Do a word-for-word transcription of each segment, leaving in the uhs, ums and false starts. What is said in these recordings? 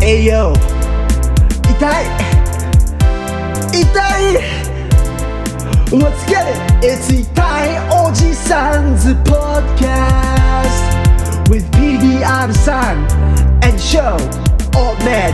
Hey yo 痛い痛い Let's get it It's 痛いおじさんず Podcast With ピーディーアール さん And Show Old Man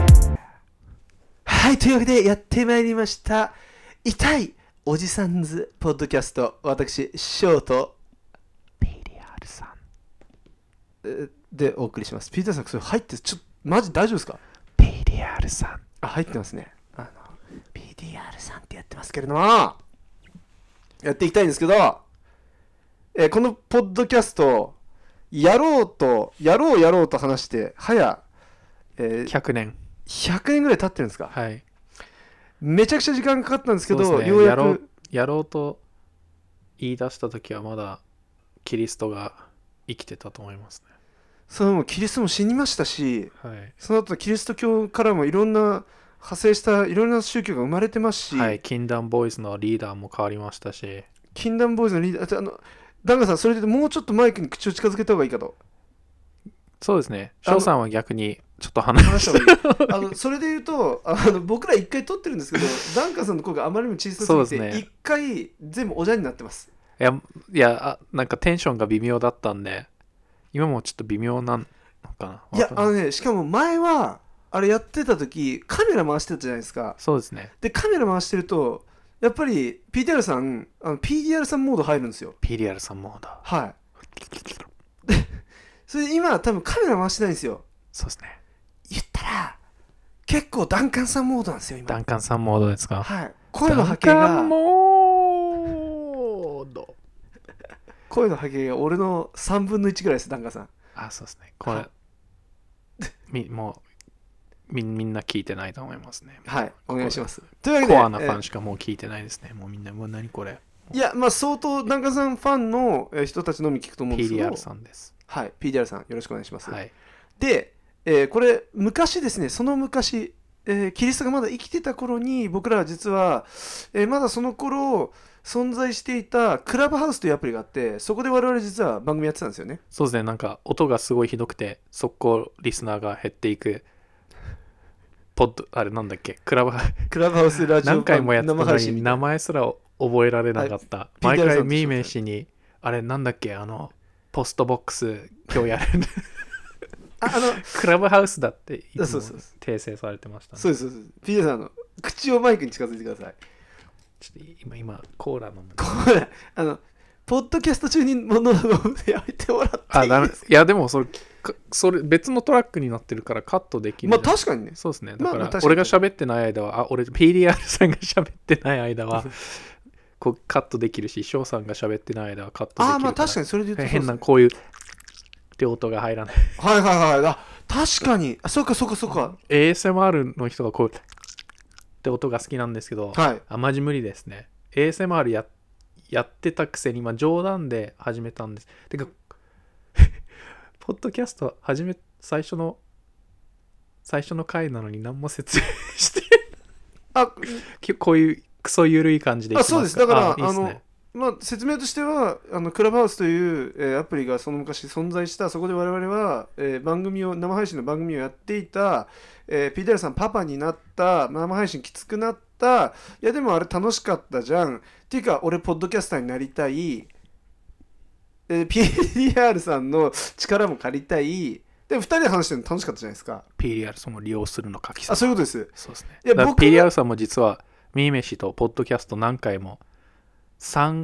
はい、というわけでやってまいりました痛いおじさんずポッドキャスト。私ショート ピーディーアール さんでお送りします。ピーターさんそれ入ってちょっとマジ大丈夫ですか？ ピーディーアール さんあ入ってますね。あの ピーディーアール さんってやってますけれどもやっていきたいんですけど、えー、このポッドキャストやろうとやろうやろうと話して早、えー、 ひゃくねんひゃくねんぐらい経ってるんですか？ はい。 めちゃくちゃ時間かかったんですけど、 そうですね、 ようやくやろう、やろうと言い出した時はまだキリストが生きてたと思いますね。 そのキリストも死にましたし、 はい、 その後キリスト教からもいろんな派生したいろんな宗教が生まれてますし、 はい、キンダムボーイズのリーダーも変わりましたし、 キンダムボーイズのリーダー、あのダンガさん、それでもうちょっとマイクに口を近づけた方がいいかと。 そうですね、翔さんは逆にちょっと話した方がいい。あのそれで言うと、あの僕ら一回撮ってるんですけど、ダンカさんの声があまりにも小さすぎて、一、ね、回全部おじゃんになってます。 いや、いや、なんかテンションが微妙だったんで、今もちょっと微妙なのかな。 いや、あのね、しかも前は、あれやってた時、カメラ回してたじゃないですか。 そうですね。 で、カメラ回してると、やっぱり ピーディーアール さん、あの ピーディーアール さんモード入るんですよ。 ピーディーアール さんモード。 はい。それで今、多分カメラ回してないんですよ。 そうですね。 言ったら、結構ダンカンさんモードなんですよ、今。 ダンカンさんモードですか？ はい。声の波形が。 ダンカンモード。 声の波形が俺のさんぶんのいちぐらいです、ダンカンさん。 あ、そうですね。これ、みもうみ、みんな聞いてないと思いますね。 はい、お願いします。というわけで、 コアなファンしかもう聞いてないですね。えー、もうみんな、もう何これ。 いや、まあ相当、ダンカンさんファンの人たちのみ聞くと思うんですけど。 ピーディーアール さんです。 はい、ピーディーアール さん、よろしくお願いします。 はい、 で、えー、これ、昔ですね、その昔、えー、キリストがまだ生きてた頃に、僕らは実は、えー、まだその頃、存在していたクラブハウスというアプリがあって、そこで我々実は番組やってたんですよね。 そうですね、なんか音がすごいひどくて、速攻リスナーが減っていく、ポッド、あれなんだっけ、クラブハウス。 クラブハウスラジオ何回もやってたのに、名前すら覚えられなかった。毎回ミーメイ氏に、あれなんだっけ、あの、ポストボックス、今日やる。ああのクラブハウスだっていつも訂正されてました、ね。 そうですそうです。ピーディーアール さんの口をマイクに近づいてください。 ちょっと今今コーラ飲む。 コーラあのポッドキャスト中に物を飲むのやめてもらっていいですか？ いやでもそれそれ別のトラックになってるからカットできる。 まあ確かにね。 そうですね。だから、まあ、俺が喋ってない間はあ俺 ピーディーアール さんが喋ってない間はこうカットできるし、翔さんが喋ってない間はカットできるから。 ああまあ確かにそれで言うと変なこういうって音が入らない。 はいはいはい。あ確かに。あそうかそうかそうか。 エーエスエムアール の人がこうって音が好きなんですけど、 はい、 あマジ無理ですね。エーエスエムアール や, やってたくせに今冗談で始めたんです。てかポッドキャスト始め最初の最初の回なのに何も説明してあこういうクソゆるい感じでいきますか？ あそうです。だからあいいですね。 のまあ、説明としてはあのクラブハウスという、えー、アプリがその昔存在した。そこで我々は、えー、番組を生配信の番組をやっていた、えー、ピーディーアール さんパパになった、生配信きつくなった、いやでもあれ楽しかったじゃんっていうか俺ポッドキャスターになりたい、えー、ピーディーアール さんの力も借りたいでふたりで話してるの楽しかったじゃないですか。 ピーディーアール さんも利用するのかきさあそういうことです。 そうですね。 いやだから ピーディーアール さんも実はミーメシとポッドキャスト何回も3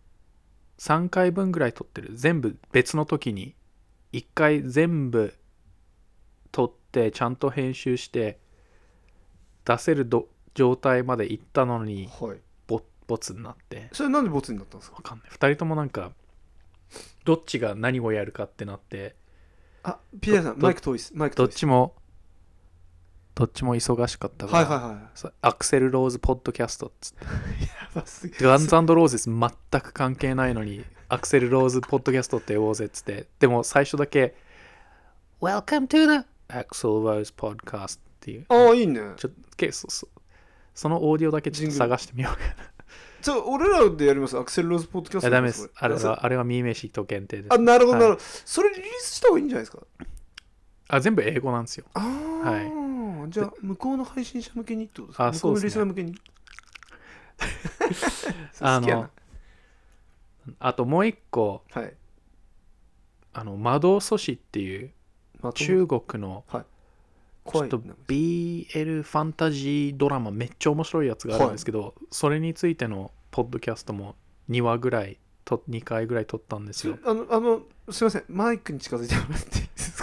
3回分ぐらい撮ってる。全部別の時にいっかい全部撮ってちゃんと編集して出せるど状態までいったのに、 はい、 ボ, ボツになって。 それなんでボツになったんですか？ わかんない。ふたりともなんかどっちが何をやるかってなって。 あ ピーディーアール さんマイク遠いです。マイク遠いです。 どっちもどっちも忙しかったから、 はいはいはい、 アクセルローズポッドキャストっつってガンズ&ローゼス全く関係ないのにアクセルローズポッドキャストって呼ぼうぜっつって、でも最初だけ Welcome to the Axel Rose Podcast っていう。 ああいいね。 ちょっそ, そ, そのオーディオだけちょっと探してみようかな。 ちょ俺らでやります。アクセルローズポッドキャスト。 ダメです。あれはあれはミーメシと限定です。 あなるほどなるほど、はい、それリリースした方がいいんじゃないですか？ あ全部英語なんですよ。 あー、じゃあ向こうの配信者向けにってことですか？ あ、 向こそううですねのリスナー向けにあ好きやなのあともう一個はいあの魔導阻止っていうまとも中国のちょ怖いっと ビーエル ファンタジードラマめっちゃ面白いやつがあるんですけど、それについてのポッドキャストもにわぐらいとにかいぐらい撮ったんですよ。 あのあのすいませんマイクに近づいてもらっていいですか？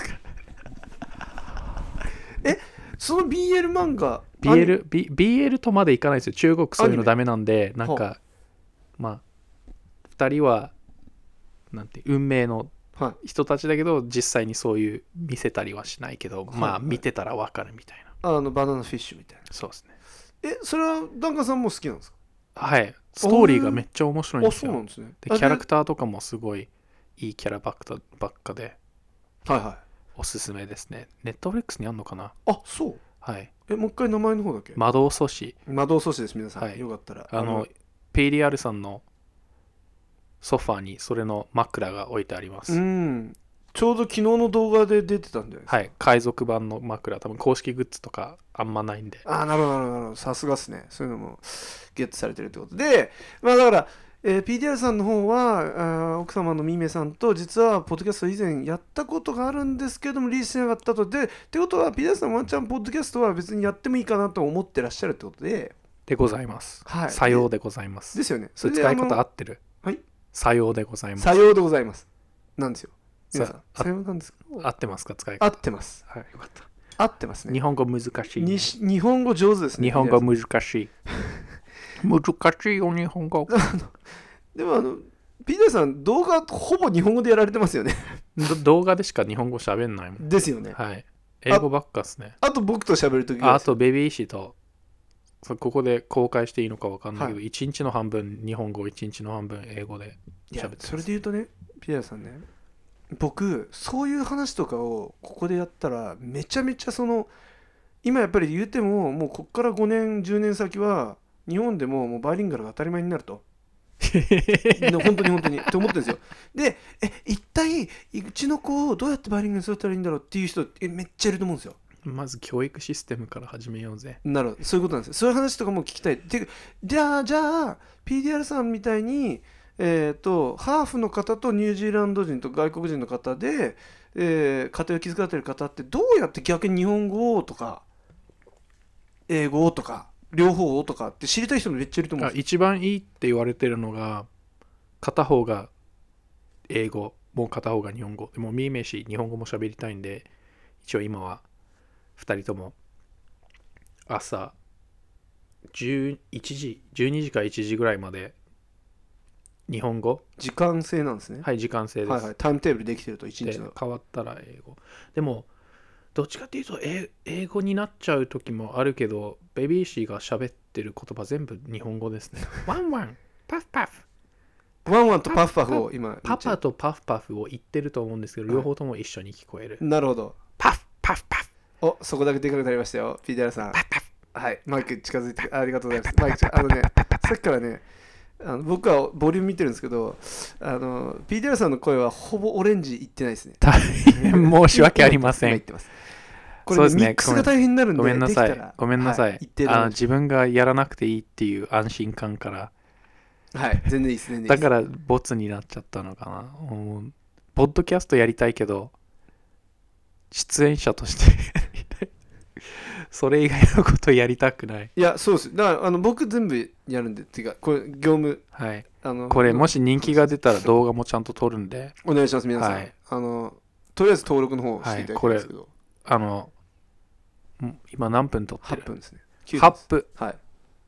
えその ビーエル 漫画ビーエル, B BL とまでいかないですよ。中国そういうのダメなんで、なんはかまあふたりはなんて運命のはい人たちだけど実際にそういう見せたりはしないけど、 はいまあはい見てたらわかるみたいな。 あのバナナフィッシュみたいな。 そうですね。 えそれはダンカンさんも好きなんですか？ はい。ストーリーがめっちゃ面白いんあですよ。 そうなんですね。 でキャラクターとかもすごいいいキャラばっかばっかではいはいおすすめですね。ネットフリックスにあんのかな？ あそうはい。 えもう一回名前の方だけ魔導阻止。 魔導阻止です皆さん、 はいよかったらあの ピーディーアール さんのソファーにそれの枕が置いてあります。 うんちょうど昨日の動画で出てたんじゃないですか。 はい。海賊版の枕、多分公式グッズとかあんまないんで。 ああなるほどなるほどなるほどさすがっすね。そういうのもゲットされてるってことでまあだから、えー、ピーディーアール さんの方はあー奥様のミメさんと実はポッドキャスト以前やったことがあるんですけどもリリースしなかったとでってことは ピーディーアール さんワンチャンポッドキャストは別にやってもいいかなと思ってらっしゃるってことででございます。 はいさようでございます。 ですよね。 それ使い方合あってる？ はい。 さようでございます。 さようでございますなんですよ皆さん。 ささようなんですけど合ってますか？使い合方。 ってます。 はい。よかった。 合ってますね。 日本語難しい、ね。 に日本語上手ですね。 日本語難しい。難しいよ、日本語。 でもあの、ピーターさん、動画ほぼ日本語でやられてますよね。 動画でしか日本語喋んないもん。 ですよね。 はい。英語ばっかっすね。 あと僕と喋るときああとベビーシーと、ここで公開していいのかわかんないけど、 はいちにちの半分日本語、いちにちの半分英語でいや喋ってます。 それで言うとね、ピーターさんね、僕、そういう話とかをここでやったら、めちゃめちゃその、今やっぱり言うても、もうこっからごねん、じゅうねん先は、日本でももうバイリンガルが当たり前になると。で本当に本当にって思ってるんですよ。で、え、一体、うちの子をどうやってバイリンガルに育てたらいいんだろうっていう人、えめっちゃいると思うんですよ。 まず教育システムから始めようぜ。 なるほど、そういうことなんですよ。そういう話とかも聞きたい。てじゃあ、じゃあ、ピーディーアール さんみたいに、えーと、ハーフの方とニュージーランド人と外国人の方で、えー家庭を築かれてる方ってどうやって逆に日本語とか英語とか両方とかって知りたい人もめっちゃいると思うんですよ。 一番いいって言われてるのが、片方が英語、もう片方が日本語。でも、ミーメイ氏、日本語も喋りたいんで、一応今はふたりとも朝じゅういちじ、じゅうにじかいちじぐらいまで日本語、 時間制なんですね。 はい、時間制です。 はいはい、タイムテーブルできてるといちにちでの。 変わったら英語。でも、どっちかっていうと英英語になっちゃう時もあるけど、ベビーシーが喋ってる言葉全部日本語ですね。ワンワン、パフパフ。 ワンワンとパフパフを今パパとパフパフを言ってると思うんですけど、両方とも一緒に聞こえる。 なるほど。 パフパフパフ。 お、そこだけでかくなりましたよ、ピーディーアール さん。はい、マイク近づいて、ありがとうございます。マイクちあのね、さっきからね、あの僕はボリューム見てるんですけど、あの ピーディーアール さんの声はほぼオレンジいってないですね。 大変申し訳ありません。 今言ってます。これ、ね、ミックスが大変になるんで、 ごめんなさいできたら。 ごめんなさい。 はい、一定であの自分がやらなくていいっていう安心感から、 はい、全然いいです、全然いいです。 だからボツになっちゃったのかな。もうポッドキャストやりたいけど、出演者としてやりたい。それ以外のことやりたくない。 いや、そうです。だからあの僕全部やるんで、っていうか、これ業務、 はい。 あのこれもし人気が出たら動画もちゃんと撮るんで、 お願いします、皆さん。 はいあのとりあえず登録の方をしていただきたいんですけど、 あの、ん今何分撮ってはっる？ ぷんですね。 はっぷん。 はい。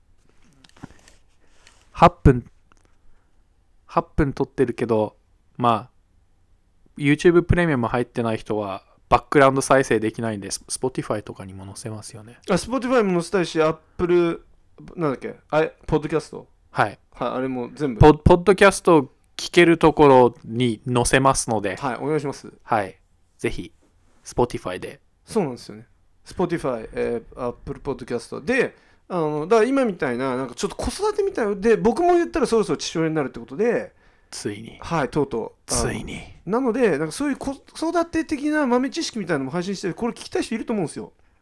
はっぷん。はっぷん撮ってるけど、まあ、YouTube プレミアム入ってない人は、バックグラウンド再生できないんで、Spotify とかにも載せますよね。 あ、Spotify も載せたいし、Apple、なんだっけ、あれ、ポッドキャスト。 はい。 はい、あれも全部。 ポポッドキャスト聞けるところに載せますので、 はい、お願いします。 はい。ぜひ、Spotify で。 そうなんですよね。Spotify、えー、Apple Podcast で、あのだから今みたいな、なんかちょっと子育てみたいで、僕も言ったらそろそろ父親になるってことで、 ついに。 はい、とうとう。 ついに。 なので、なんかそういう子育て的な豆知識みたいなのも配信してる、これ聞きたい人いると思うんですよ。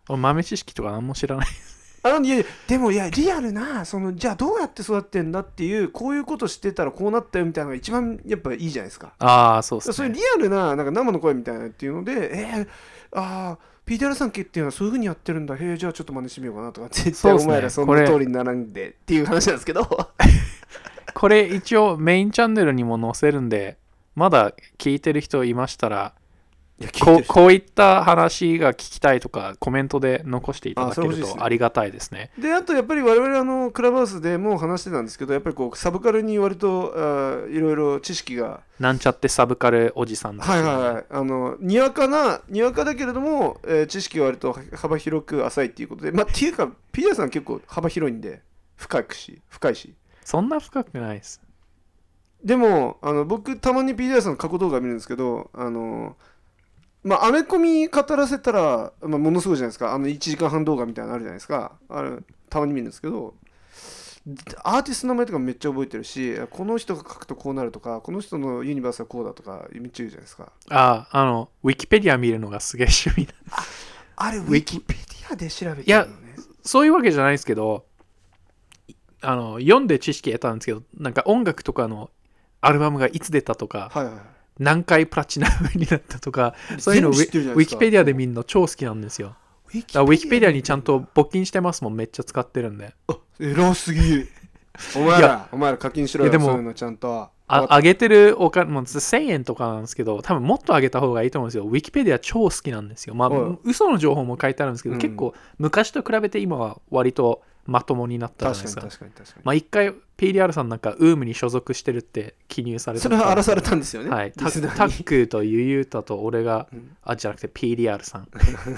俺豆知識とか何も知らない。 あのいやでもいやリアルなそのじゃあどうやって育ってんだっていうこういうこと知ってたらこうなったよみたいなのが一番やっぱいいじゃないですか。 ああそうですね。 そういうリアルななんか生の声みたいなっていうのでえー、ああピーティーアール さん系っていうのはそういう風にやってるんだへえじゃあちょっと真似してみようかなとか絶対お前らその通りにならんでっていう話なんですけどこれ一応メインチャンネルにも載せるんでまだ聞いてる人いましたらいやこう、こういった話が聞きたいとかコメントで残していただけるとありがたいですね。 であとやっぱり我々あのクラブハウスでも話してたんですけどやっぱりこうサブカルに割とあいろいろ知識がなんちゃってサブカルおじさんです、ね、 はいはいはいあのにわかなにわかだけれども、えー、知識が割と幅広く浅いっていうことでまあっていうか ピーティーアール さん結構幅広いんで深くし深いしそんな深くないです。 でもあの僕たまに ピーティーアール さんの過去動画見るんですけどあのまあアメコミ語らせたら、まあ、ものすごいじゃないですかあのいちじかんはん動画みたいなのあるじゃないですかあれたまに見るんですけどアーティストの名前とかめっちゃ覚えてるしこの人が書くとこうなるとかこの人のユニバースはこうだとかめっちゃ言うじゃないですか。 あああのウィキペディア見るのがすげえ趣味なああれウィキペディアで調べてるのね。 いやそういうわけじゃないですけどあの読んで知識得たんですけどなんか音楽とかのアルバムがいつ出たとか、 はいはいはい、 何回プラチナムになったとかそういうのをウィウィキペディアで見るの超好きなんですよ。ウィキペディアにちゃんと募金してますもんめっちゃ使ってるんで。 あ偉すぎお前らお前ら課金しろよ。でもそういうのちゃんとあ上げてるお金もせんえんとかなんですけど多分もっと上げた方がいいと思うんですよ。ウィキペディア超好きなんですよ。まあ嘘の情報も書いてあるんですけど、うん、結構昔と比べて今は割とまともになったじゃないですか。 確かに確かに確かに。まあ一回 ピーディーアール さんなんかウームに所属してるって記入された。 それは荒らされたんですよね。 はい。タックとユユータと俺が、うん、あじゃなくて ピーディーアール さん。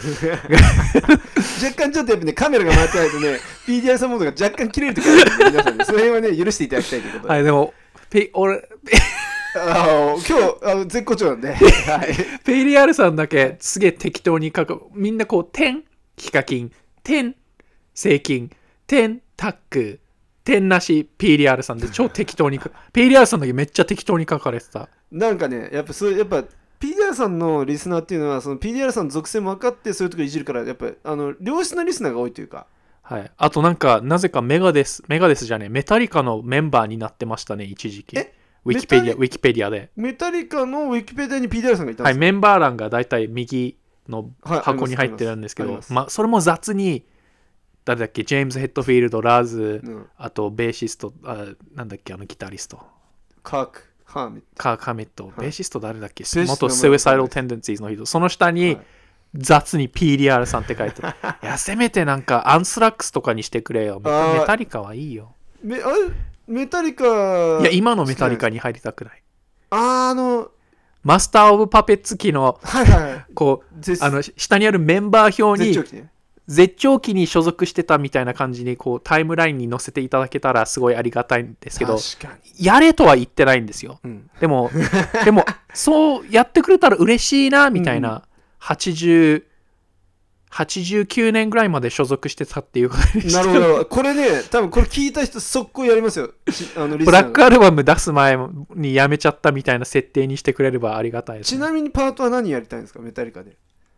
若干ちょっとやっぱねカメラが回ってないとね ピーディーアール さんモードが若干切れるときあるんで皆さんねその辺はね許していただきたいということで。 はいでもピ俺あ今日あの絶好調なんで、はい、 ピーディーアール さんだけすげえ適当に書くみんなこう点ヒカキン点正金点タック点なし ピーディーアール さんで超適当にピーディーアール さんだけめっちゃ適当に書かれてた。 なんかねやっぱそうやっぱ ピーディーアール さんのリスナーっていうのはその ピーディーアール さんの属性も分かってそういうところいじるからやっぱあの良質なリスナーが多いというか。 はい。あとなんかなぜかメガデスメガデスじゃねえメタリカのメンバーになってましたね一時期。 えウィキペディアウィキペディアでメタリカのウィキペディアに ピーディーアール さんがいたんですか。 はいメンバー欄がだいたい右の箱に入ってるんですけど、はい、まあそれも雑に誰だっけジェームズ・ヘッドフィールド、ラーズ、うん、あとベーシスト、あなんだっけあのギタリスト。 カーク・ハーミット。 カーク・ハーミット。ベーシスト誰だっけ元スイサイド・テンデンシーズの人。その下に、はい、雑に ピーディーアール さんって書いてある。いや、せめてなんかアンスラックスとかにしてくれよ。メタリカはいいよ。 メあれメタリカ。 いや、今のメタリカに入りたくない。 あ、あの、 マスター・オブ・パペッツ機の、 はいはい、 こう、あの、下にあるメンバー表に、絶頂期ね。絶頂期に所属してたみたいな感じにこうタイムラインに載せていただけたらすごいありがたいんですけどやれとは言ってないんですよ、うん、でもでもそうやってくれたら嬉しいなみたいな、うん、はちじゅう、はちじゅうきゅうねんぐらいまで所属してたっていうことでした。 なるほどこれね多分これ聞いた人速攻やりますよあのブラックアルバム出す前にやめちゃったみたいな設定にしてくれればありがたいです、ね、 ちなみにパートは何やりたいんですかメタリカで。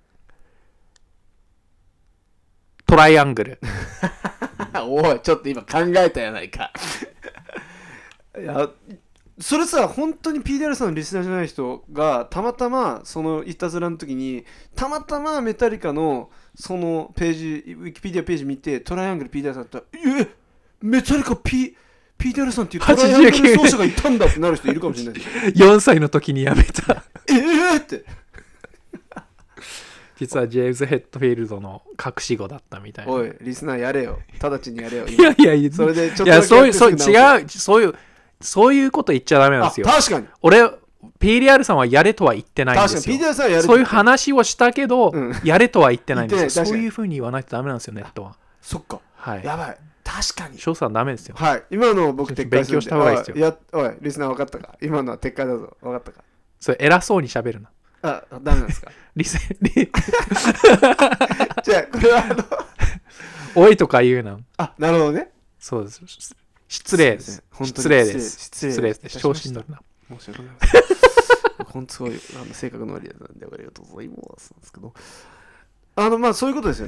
トライアングルおいちょっと今考えたやないかいやそれさ本当に ピーディーアール さんのリスナーじゃない人がたまたまそのいたずらの時にたまたまメタリカのそのページウィキペディアページ見てトライアングル ピーディーアール さんだったらえメタリカ Pピーディーアール さんっていうトライアングル奏者がいたんだってなる人いるかもしれないよんさいの時にやめたえーって実はジェームズ・ヘッドフィールドの隠し子だったみたいな。 おいリスナーやれよ直ちにやれよ。 いやいやいやそれでちょっといやそういうそう違うそういうそういうこと言っちゃダメなんですよ。 確かに俺 ピーディーアール さんはやれとは言ってないんですよ。 確かに ピーディーアール さんはやれそういう話をしたけど、うん、やれとは言ってないんですよ。 そういう風に言わないとダメなんですよネットは。 そっか、 はい、 やばい確かに翔さんダメですよ。 はい今の僕撤回するんで勉強した方がいいですよ。 やおいリスナー分かったか今のは撤回だぞ分かったか。 それ偉そうに喋るな。 あ、ダメなんですかリセリじゃあこれはあのおいとか言うな。 あなるほどね。 そうです失礼です。失礼です。失礼です。調子に乗るな。 申し訳ないです。本当そういうあの性格の悪いやつなんでありがとうございますなんですけど、あのまあそういうことですよね。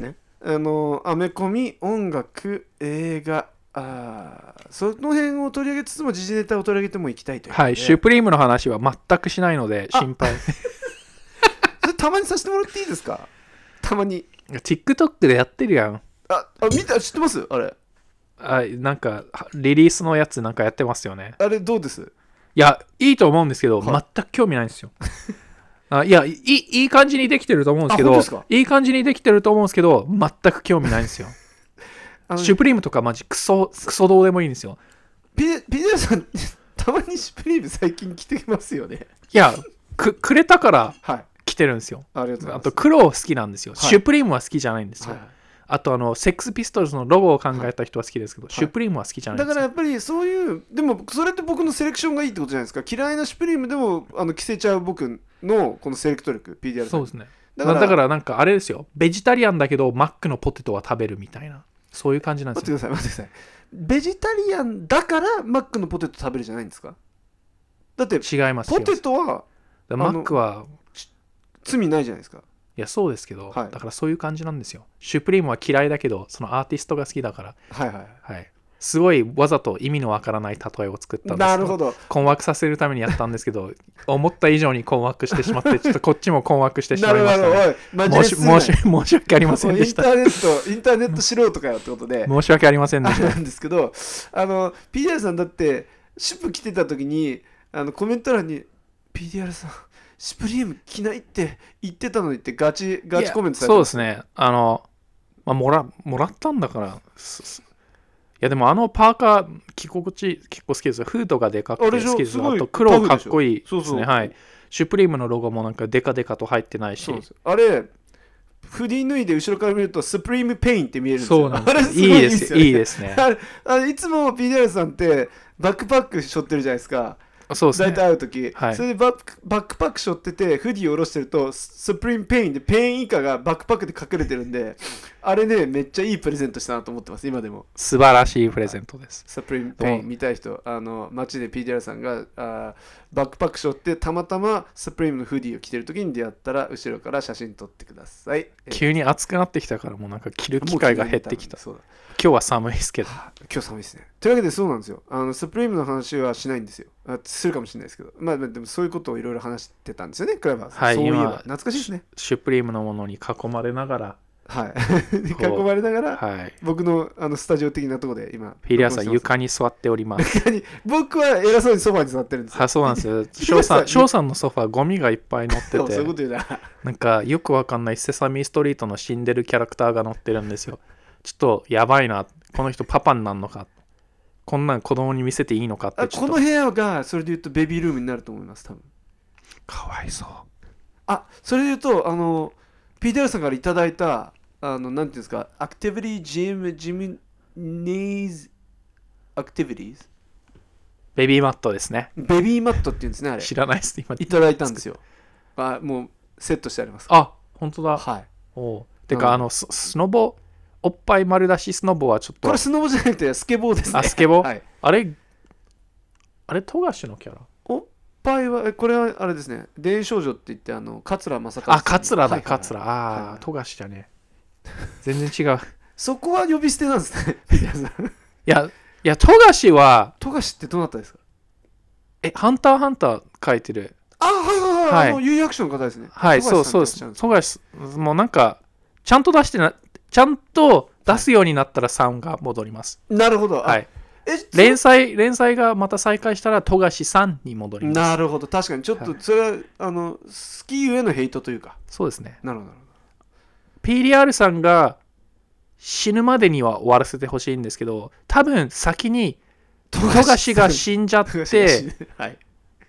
あのアメコミ、音楽、映画、あその辺を取り上げつつも時事ネタを取り上げてもいきたいというはい、シュプリームの話は全くしないので心配。 それたまにさせてもらっていいですか？たまに。 TikTok でやってるやん。 あ、あ見た、知ってます？あれ。 あ、なんかリリースのやつなんかやってますよね。 あれどうです？ いや、いいと思うんですけど、 はい、 全く興味ないんですよ。あいやいい、いい感じにできてると思うんですけど、いい感じにできてると思うんですけど、全く興味ないんですよ。シュプリームとかマジクソ、クソどうでもいいんですよ。 ピピデさん、たまにシュプリーム最近着てきますよね。 いや、く、くれたから着てるんですよ。 はい、ありがとうございます。 あと黒好きなんですよ。はい、シュプリームは好きじゃないんですよ。はい、あとあのセックスピストルズのロゴを考えた人は好きですけど、はい、シュプリームは好きじゃないんですよ。 だからやっぱりそういう、でもそれって僕のセレクションがいいってことじゃないですか。嫌いなシュプリームでもあの着せちゃう僕のこのセレクト力 ピーディーアール さん。 そうですね。だから、だからなんかあれですよ、ベジタリアンだけどマックのポテトは食べるみたいな、そういう感じなんですよ。 待ってください待ってください。ベジタリアンだからマックのポテト食べるじゃないんですか？だって違います。 ポテトはマックは罪ないじゃないですか。 いやそうですけど、 はい、 だからそういう感じなんですよ。シュプリームは嫌いだけどそのアーティストが好きだから、 はいはいはい、すごいわざと意味のわからない例えを作ったんです。 なるほど。 困惑させるためにやったんですけど思った以上に困惑してしまってちょっとこっちも困惑してしまいました、ね、なるほど。申し、申し、申し訳ありませんでした。 インターネットインターネット素人かよってことで申し訳ありませんでした。 なんですけど、あの ピーディーアール さんだってシュプ着てた時にあのコメント欄に ピーディーアール さんシュプリーム着ないって言ってたのにってガチガチコメントされてそうですね。あの、まあ、もらもらったんだから。いやでもあのパーカー着心地結構好きですよ。フードがでかくて好きです。あと黒かっこいいですね。そうそう、はい。シュプリームのロゴもなんかデカデカと入ってないし。 そうです。あれフディ脱いで後ろから見るとスプリームペインって見えるんですよ。 そうなんです。あれすごいいいですよね。いいですね。 あれあれいつも ピーディーアール さんってバックパック背負ってるじゃないですか。 そうですね、 大体会うとき、はい、それでバック、バックパック背負っててフディを下ろしてるとスプリームペインでペイン以下がバックパックで隠れてるんであれねめっちゃいいプレゼントしたなと思ってます今でも。 素晴らしいプレゼントです。 スプリームペイン見たい人あの街で ピーディーアール さんがあバックパック背負ってたまたまスプリームのフディを着てるときに出会ったら後ろから写真撮ってください。 急に暑くなってきたからもうなんか着る機会が減ってきた。そうだ今日は寒いですけど、はあ、今日寒いですね。というわけでそうなんですよ。あのスプリームの話はしないんですよ。あするかもしれないですけど、まあでもそういうことをいろいろ話してたんですよね、クラブハウス。 はい、 そういえば今懐かしいですね。 シュプリームのものに囲まれながら、 はい、囲まれながら、はい、僕のあのスタジオ的なところで今、 ピリアさん床に座っております。 床に僕は偉そうにソファに座ってるんですよ。 あ、そうなんですよ。翔さん、翔さんのソファゴミがいっぱい乗ってて、 そういうこと言うな。 なんかよくわかんないセサミストリートの死んでるキャラクターが乗ってるんですよ。ちょっとやばいな。この人パパになるのか、こんなん子供に見せていいのかってちょっと。 この部屋がそれで言うとベビールームになると思います多分。 かわいそう。 あ、それで言うとあの ピーディーアール さんからいただいたあのなんていうんですかアクティビティジムジムネーズアクティビティーズベビーマットですね。 ベビーマットっていうんですねあれ。 知らないです今いただいたんですよ。あもうセットしてあります。 あ本当だ。 はい。 おてか、うん、あのス、スノボおっぱい丸出しスノボはちょっと。 これスノボじゃなくてスケボーですね。 あ、スケボー、 はい、 あれあれ、富樫のキャラおっぱいは、これはあれですね。電少女って言って、あの、桂正和。 あ、桂だ、桂。ああ、富樫じゃねえ。全然違う。 そこは呼び捨てなんですね。いや、いや、富樫は。 富樫ってどなたですか？ え、ハンターハンター書いてる。 あ、はいはいはい。はい、あの、有役所の方ですね。 はい、そうそうです。富樫、もうなんか、ちゃんと出してな、ちゃんと出すようになったらさんが戻ります。 なるほど。 はい。え連載連載がまた再開したら富樫さんに戻ります。 なるほど。確かにちょっとそれは、はい、あの好きゆえのヘイトというか。 そうですね。 なるほど。 ピーディーアール さんが死ぬまでには終わらせてほしいんですけど、多分先に富樫が死んじゃって、はい、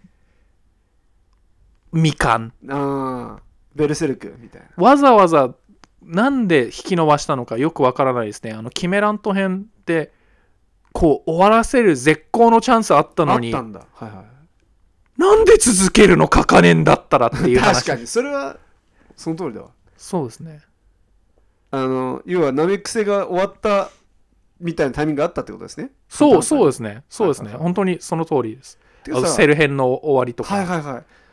みかん。 ああ、ベルセルクみたいな。 わざわざなんで引き伸ばしたのかよくわからないですね。あのキメラント編でこう終わらせる絶好のチャンスあったのに、 あったんだ、はいはい、 なんで続けるの書かねえんだったらっていう話。 確かにそれはその通りだわ。 そうですね。 あの要はナメクセが終わったみたいなタイミングがあったってことですね。 そうそうですね。そうですね。はいはいはい、本当にその通りです。あのセル編の終わりとか。 はいはいはい。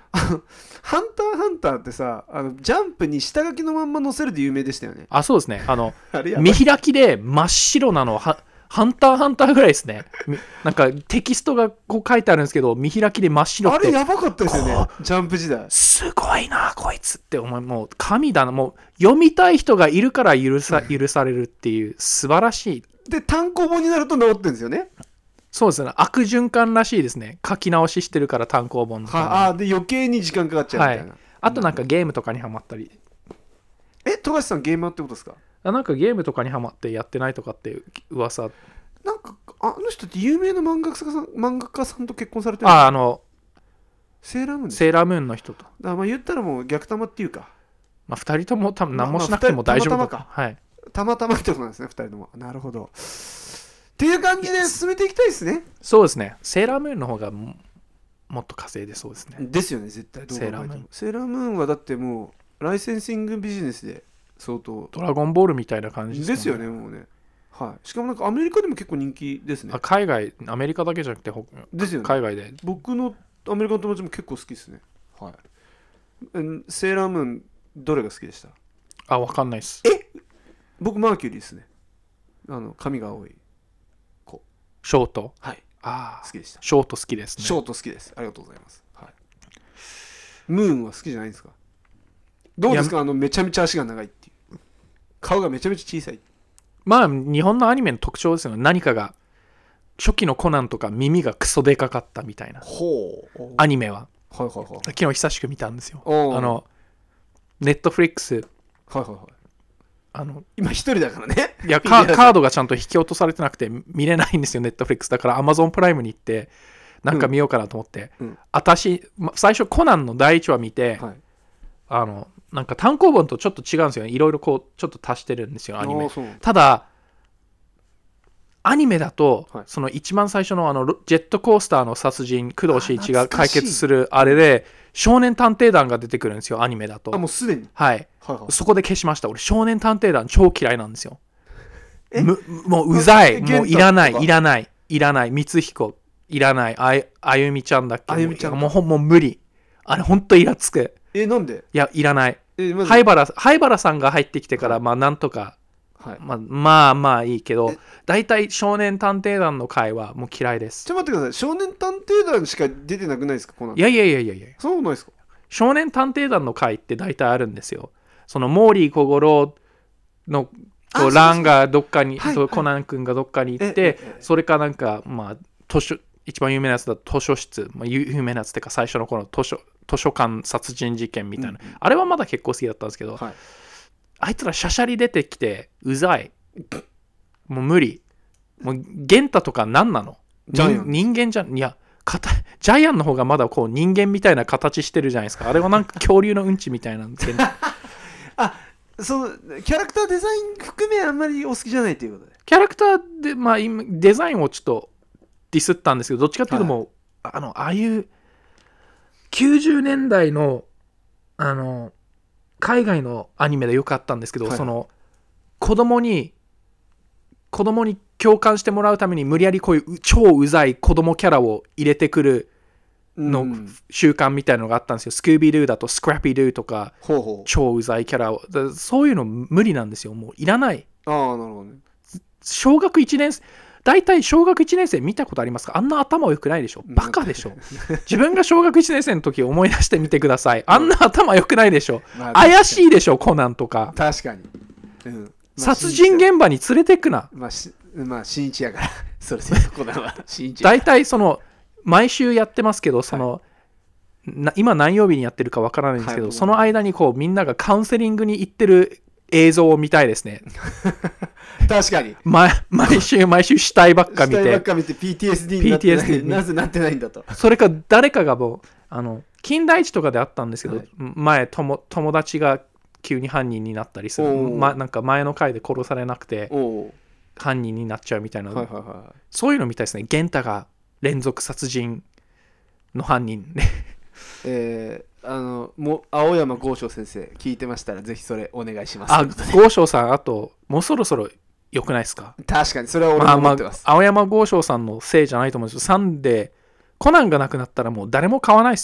ハンターハンターってさ、あのジャンプに下書きのまんま載せるで有名でしたよね。 あ、そうですね。あの、 あれやばい見開きで真っ白なのは、ハンターハンターぐらいですね。みなんかテキストがこう書いてあるんですけど、見開きで真っ白って。 あれやばかったですよねこ、 ジャンプ時代。 すごいな、こいつって思い、もう神だな。もう読みたい人がいるから許さ、許されるっていう素晴らしい。 で、単行本になると治ってるんですよね。 そうですね。悪循環らしいですね。書き直ししてるから単行本のために。 はあ、で、余計に時間かかっちゃうみたいな。 はい、あとなんかゲームとかにハマったり。 え、富樫さんゲーマーってことですか？ あ、なんかゲームとかにハマってやってないとかっていう噂。 なんか、あの人って有名な漫画家さん、漫画家さんと結婚されてるあ、あの、 セーラームーンです。 セーラームーンの人と。 だからまあ言ったらもう逆玉っていうか、 まあ、ふたりとも多分何もしなくても大丈夫だ、 まあまあふたりはい。 たまたまってことなんですね、ふたりとも。なるほど。っていう感じで進めていきたいですね。 そうですね。セーラームーンの方がももっと稼いでそうですね。 ですよね、絶対。どう考えてもセーラームーン。 セーラームーンはだってもう、ライセンシングビジネスで相当。 ドラゴンボールみたいな感じですよね、もうね。はい。しかもなんかアメリカでも結構人気ですねあ。海外、アメリカだけじゃなくて、ほですよね。 海外で。 僕のアメリカの友達も結構好きですね。はい。うんセーラームーン、どれが好きでした？ あ、わかんないっす。 え僕、マーキュリーですね。あの、髪が青い子。 ショート。 はい。 ああ、 好きでした。 ショート好きですね。 ショート好きです。ありがとうございます。はい。ムーンは好きじゃないんですか？どうですか？あの、めちゃめちゃ足が長いっていう。顔がめちゃめちゃ小さい。 まあ、日本のアニメの特徴ですよね。何かが、初期のコナンとか耳がクソでかかったみたいな。 ほう。 アニメは。 はいはいはい。 昨日久しく見たんですよ。 おーあの、ネットフリックス、 はいはいはい。 あの、 今一人だからね。 いやカ、カードがちゃんと引き落とされてなくて見れないんですよ、ネットフリックス。だから Amazon プライムに行って、なんか見ようかなと思って。 うんうん私、ま最初コナンのだいいちわ見て、 はい。 あの、なんか単行本とちょっと違うんですよね。いろいろこう、ちょっと足してるんですよ、アニメ。 あーそうただ、アニメだと、 はいその一番最初のあのロジェットコースターの殺人、工藤新一が解あ懐かしい決するあれで、少年探偵団が出てくるんですよ、アニメだと。 あ、もうすでに。 はい。 はいはい。 そこで消しました。俺、少年探偵団超嫌いなんですよ。 えむもううざい。 えもういらない、 玄太とかいらない、いらない。光彦、いらない。あゆあゆみちゃんだっけあゆみちゃんもうほんもう無理。あれ、ほんとイラつく。 え、なんで？ いや、いらない。 え、まず、 灰原、灰原さんが入ってきてから、まあ、なんとか、 はい。 まあ、まあまあいいけどえ、 大体少年探偵団の回はもう嫌いですちょ。っと待ってください。少年探偵団しか出てなくないですか？コナン。 いやいやいやいやいや。 そうないですか？ 少年探偵団の回って大体あるんですよ。そのモーリー小五郎のあそうそうランがどっかに、 はいとコナン君がどっかに行っええて、 ええそれかなんか、まあ、図書、一番有名なやつだと図書室、まあ、有有名なやつっていうか最初の頃の図書図書館殺人事件みたいな、 うんうんあれはまだ結構好きだったんですけど、 はい。 あいつらシャシャリ出てきてうざい。もう無理。もうゲンタとか何なの？ ジャイアン人人間じゃん。いや、かたジャイアンの方がまだこう人間みたいな形してるじゃないですか。あれはなんか恐竜のうんちみたいなんですけどあ、そのキャラクターデザイン含めあんまりお好きじゃないということで。 キャラクターで、まあ、今デザインをちょっとディスったんですけど、どっちかっていうともう、あの、ああいうきゅうじゅうねんだいの、あの、海外のアニメでよかったんですけど、 はいその、子供に、子供に共感してもらうために無理やりこういう超うざい子供キャラを入れてくるのうん習慣みたいなのがあったんですよ。スクービードゥだとスクラッピードゥとかほうほ超うざいキャラを。だそういうの無理なんですよ。もういらない。 う。ああ、なるほどね。 小学いちねん生、大体小学いちねん生見たことありますか？あんな頭良くないでしょ。バカでしょ。自分が小学いちねん生の時思い出してみてください。あんな頭良くないでしょ。 まあ怪しいでしょ、コナンとか。 確かに。うんまあ殺人現場に連れてくな。 まあ、しまあ、新一やから。それで、コナンは新一や大体その、毎週やってますけど、その、な今何曜日にやってるかわからないんですけど、 はいその間にこうみんながカウンセリングに行ってる映像を見たいですね。 確かに。 毎毎週毎週死体ばっか見死体ばってか見て ピーティーエスディー になってないピーティーエスディー になぜなってないんだと。 それか誰かがもうあの金田一とかであったんですけど、 はい前友友達が急に犯人になったりする、 おーま、なんか前の回で殺されなくておお犯人になっちゃうみたいな、 はいはいはそういうのみたいですね。源太が連続殺人の犯人ね。 い。えー、あの、もう青山剛昌先生、聞いてましたら、ぜひそれお願いします。 あ、 ということで豪昌さん、あともうそろそろ良くないですか？ 確かに、それは俺まあまも思ってます。 あ、青山豪昌さんのせいじゃないと思うんですよ。サンデー、コナンがなくなったらもう誰も買わないですよね。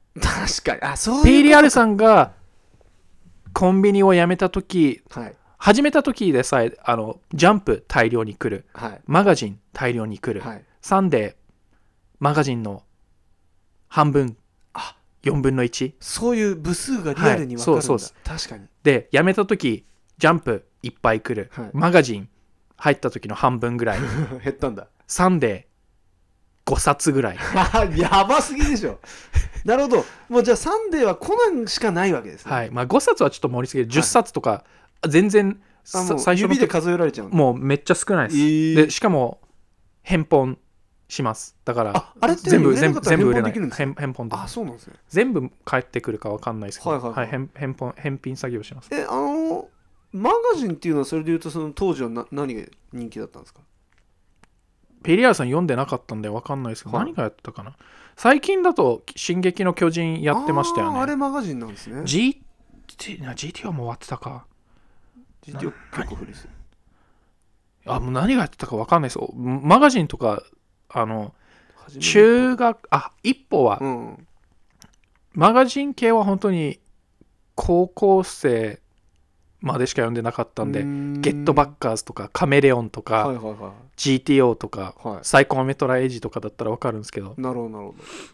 確かに。あ、そういうことか。 ピーディーアール さんがコンビニを辞めた時、 はい。 始めた時でさえあのジャンプ大量に来る、 はい。 マガジン大量に来る、 はい。 サンデーマガジンの半分、 あ、 よんぶんのいちそういう部数がリアルに分かるんだ。 はい、そうそうです。 確かに。 で辞めた時ジャンプいっぱい来る、 はい、 マガジン入った時の半分ぐらい減ったんだ。 サンデーごさつぐらいやばすぎでしょ。なるほど。もうじゃあサンデーはコナンしかないわけですね。 はい、まあごさつはちょっと盛りすぎる、じゅっさつとか全然、 あ、もう最初の指で数えられちゃうの。 もうめっちゃ少ないです、 えー、 でしかも返本します。だからあ、あれって全部全部全部売れない。 返本できるんですか？ 返本で。 あ、そうなんですね。 全部返ってくるかわかんないですけど、 はいはいはい、 はい、返返本返品作業します。 え、あのマガジンっていうのはそれでいうとその当時はな何が人気だったんですか？ ペリアーさん読んでなかったんでわかんないですけど、 はい、 何がやってたかな。最近だと進撃の巨人やってましたよね。 あ, あれマガジンなんですね。 ジーティー ジーティー はもう終わってたか。 ジーティー 結構古いです。 あ、もう何がやってたかわかんないですよ。マガジンとかあの中学あ一歩は、うん、マガジン系は本当に高校生までしか読んでなかったんで、んゲットバッカーズとかカメレオンとか、はいはいはい、ジーティーオー とか、はい、サイコンメトラエイジとかだったら分かるんですけど。 なるほどなる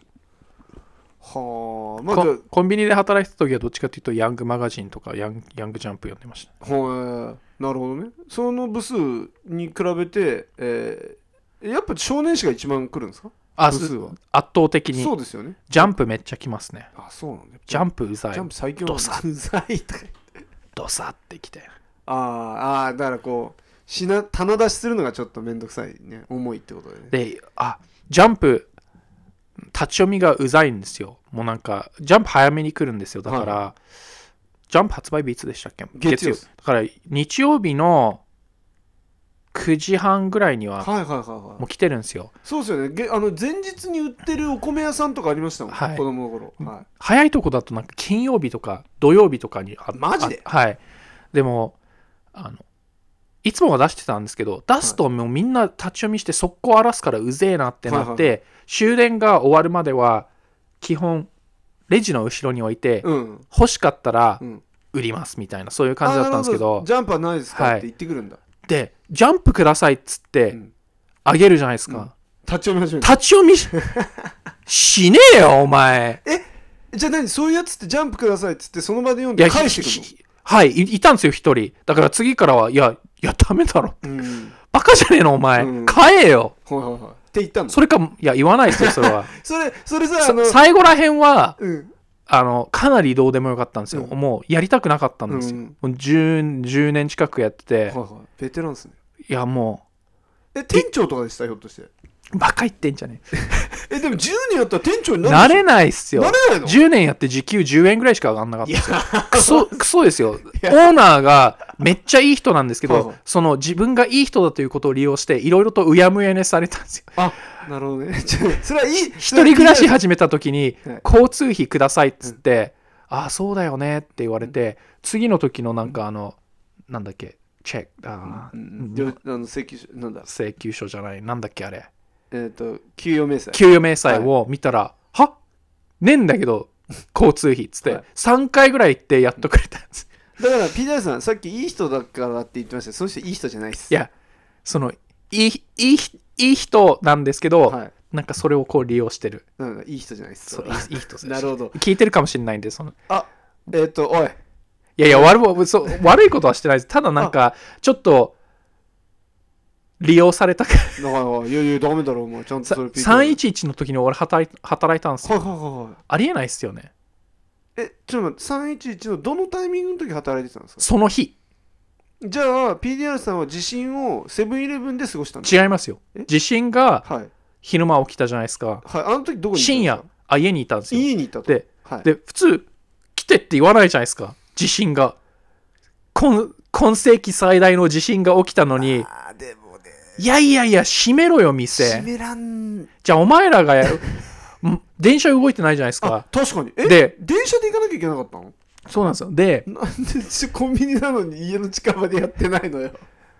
ほど。はあ、まあ、 コ, コンビニで働いてた時はどっちかというとヤングマガジンとかヤンヤングジャンプ読んでました。 はい、なるほどね。その部数に比べて、えー、やっぱ少年誌が一番来るんですか？ あ、部数は圧倒的に。 そうですよね。 ジャンプめっちゃ来ますね。 あ、そうなんだ。 ジャンプうざい。 ジャンプ最強なんだ。 ドサうざいとかドサってきて。 ああ、だからこう品棚出しするのがちょっとめんどくさいね、重いってことでね。 で、あ、ジャンプ立ち読みがうざいんですよ。もうなんかジャンプ早めに来るんですよ。だから、はい、ジャンプ発売日いつでしたっけ？ 月曜。 だから日曜日のくじはんぐらいにはもう来てるんですよ。 はいはいはいはい、そうですよね。あの前日に売ってるお米屋さんとかありましたもん、はい、子供の頃、はい、 早いとこだとなんか金曜日とか土曜日とかにあマジで？ はい。でもあのいつもは出してたんですけど、出すともうみんな立ち読みして速攻荒らすからうぜえなってなって、はいはい、終電が終わるまでは基本レジの後ろに置いて、うん、欲しかったら売りますみたいな、そういう感じだったんですけど、 ジャンプはないですか、はい、って言ってくるんだ。 でジャンプくださいっつってあげるじゃないですか、うん、 立ち読み始めた。立ち読みしねえよお前。 え、じゃあ何、そういうやつってジャンプくださいっつってその場で読んで返してくるの？ はい、い, いたんですよ一人。だから次からはいやいやダメだろ、うん、バカじゃねえのお前、うん、買えよ、 はいはいはい、って言ったの？ それかいや言わないですよそれはそれそれさあの最後らへんは、うん、あのかなりどうでもよかったんですよ、うん、もうやりたくなかったんですよ、うん、10, じゅうねん近くやってて、はいはい、 ベテランですね。 いやもうえ店長とかでしたひょっとして？ バカ言ってんじゃねええでもじゅうねんやったら店長になるでしょ？ なれないっすよ。 なれないの？ じゅうねんやって時給じゅうえんぐらいしか上がんなかったんですよ。クソクソですよ。オーナーがめっちゃいい人なんですけど、その自分がいい人だということを利用していろいろとうやむやにされたんですよ。 あ、なるほどね。それはいい。 一人暮らし始めた時に交通費くださいっつって、うん、あそうだよねって言われて、次の時のなんかあのなんだっけチェックあ、 うん、あの請求書なんだ請求書じゃないなんだっけあれえっと給与明細給与明細を見たら、はい、はねえんだけど交通費っつって、はい、さんかいぐらい行ってやっとくれたんです。 だから ピーダイ さんさっきいい人だからって言ってましたけど、その人いい人じゃないです。 いやそのいいいいいい人なんですけど、はい、なんかそれをこう利用してる。 なんかいい人じゃないです。 そういい人です。 なるほど。 聞いてるかもしれないんでそのあえっ、ー、とおいいやいや悪い、そう悪いことはしてないです。ただなんかちょっと利用されたかだからいやいやダメだろお前ちゃんとそれさんいちいちの時に俺働い働いたんですよ、 はいはいはいはい、 ありえないっすよね。 えちょっと待ってさんいちいちのどのタイミングの時働いてたんですか？ その日。 じゃあ ピーディーアール さんは地震をセブンイレブンで過ごしたんですか？ 違いますよ。地震が昼間起きたじゃないですか。 はい、あの時どこにいたんですか？深夜あ家にいたんですよ。 家にいたと。 で、 はい、 で普通来てって言わないじゃないですか。地震が今今世紀最大の地震が起きたのに、 あでもね、 いやいやいや閉めろよ店。 閉めらん。 じゃあお前らがやる電車動いてないじゃないですか。 確かに。えで電車で行かなきゃいけなかったの？ そうなんですよ。でなんでコンビニなのに家の近場でやってないのよ。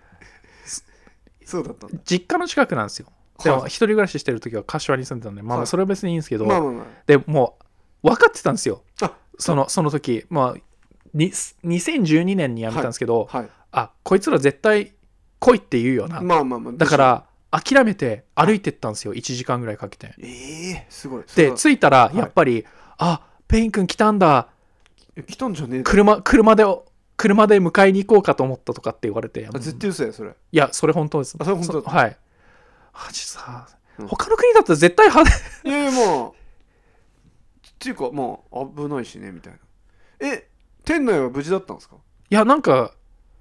そうだったんだ。 実家の近くなんですよ。でも一人暮らししてる時は柏に住んでたんで、まあそれは別にいいんですけど、 まあまあまあ、 でもう分かってたんですよ。 あそのその時、まあ、ににせんじゅうにねんに辞めたんですけど、 はいはい、 あこいつら絶対来いって言うよな、 まあまあまあ、 だから諦めて歩いてったんですよ、いちじかんぐらいかけて。 ええー、すごい。 で着いたらいやっぱり、はい、あペイン君来たんだ、 来たんじゃねえ車車で車で迎えに行こうかと思ったとかって言われて、 あ絶対嘘やそれ。 いやそれ本当です。 あそれ本当だ。 はい。マジさ、うん、他の国だったら絶対派手いやいやもうっていうかまあ危ないしねみたいな。え店内は無事だったんですか？ いやなんか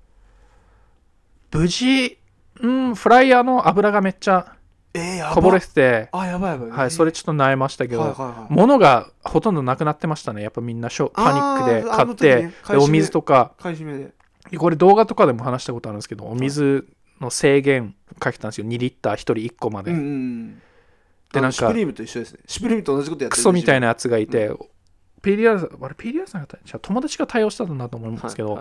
無事、うん、フライヤーの油がめっちゃこぼれてて、えー、あやばいやばい、 はい、それちょっと悩ましたけど、 はいはいはい、 物がほとんどなくなってましたね。やっぱみんなショパニックで買って、ね、でお水とか買い占めで、 これ動画とかでも話したことあるんですけど、お水の制限かけたんですよ。にリッターひとりいっこまで、 うんうん、 でなんかシュプリームと一緒ですね。シュプリームと同じことやってるクソみたいなやつがいて、うん、ピーディアさんあれピーディアさんが友達が対応したんだと思うんですけど、はいはい、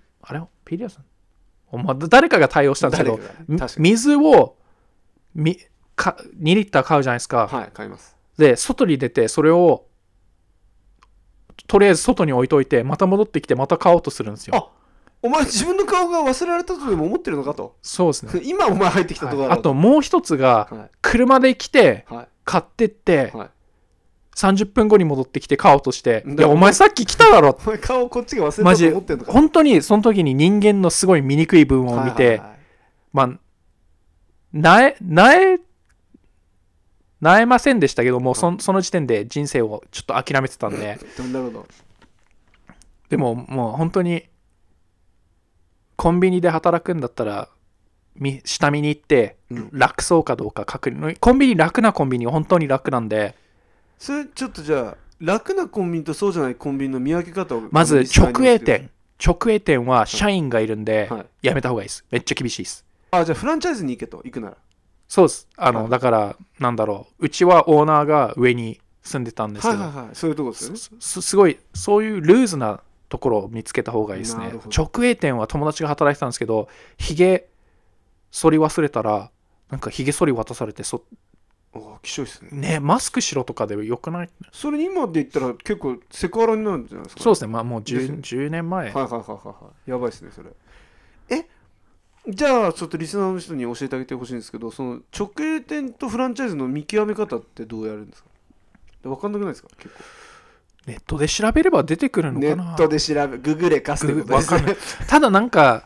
あれピーディアさんまあ、誰かが対応したんですけど、ね、水をみかにリッター買うじゃないですか。 はい、買います。 で外に出てそれをとりあえず外に置いといてまた戻ってきてまた買おうとするんですよ。 あお前自分の顔が忘れられたとでも思ってるのかと。 そうですね。 今お前入ってきたところだ、 はい、あともう一つが車で来て、はい、買ってって、はい、さんじゅっぷんごに戻ってきて買おうとして、いやお前さっき来ただろお前顔こっちが忘れたと思ってんのか。 本当にその時に人間のすごい醜い部分を見て、はいはいはい、まあなえなえなえませんでしたけども、はい、そ, その時点で人生をちょっと諦めてたんでなるほど。 でももう本当にコンビニで働くんだったら下見に行って楽そうかどうか確認、うん、コンビニ楽なコンビニ本当に楽なんで。 それちょっとじゃあ楽なコンビニとそうじゃないコンビニの見分け方をまず直営店直営店は社員がいるんでやめた方がいいです。めっちゃ厳しいです。あじゃあフランチャイズに行けと行くなら。 そうです。あの、はい、だからなんだろううちはオーナーが上に住んでたんですけど、 はいはいはい、そういうとこですよね。 す, すごいそういうルーズなところを見つけた方がいいですね。直営店は友達が働いてたんですけどヒゲ剃り忘れたらなんかヒゲ剃り渡されてそあきしょいっすね。 ねマスクしろとかでよくない？ それ今で言ったら結構セクハラになるんじゃないですか、ね、 そうですね。まあもう 10, じゅうねんまえ。 はいはいはいはいやばいですねそれ。えじゃあちょっとリスナーの人に教えてあげてほしいんですけど、その直営店とフランチャイズの見極め方ってどうやるんですか？分かんなくないですか？結構ネットで調べれば出てくるのかな。 ネットで調べググれかすってことですね。 ただなんか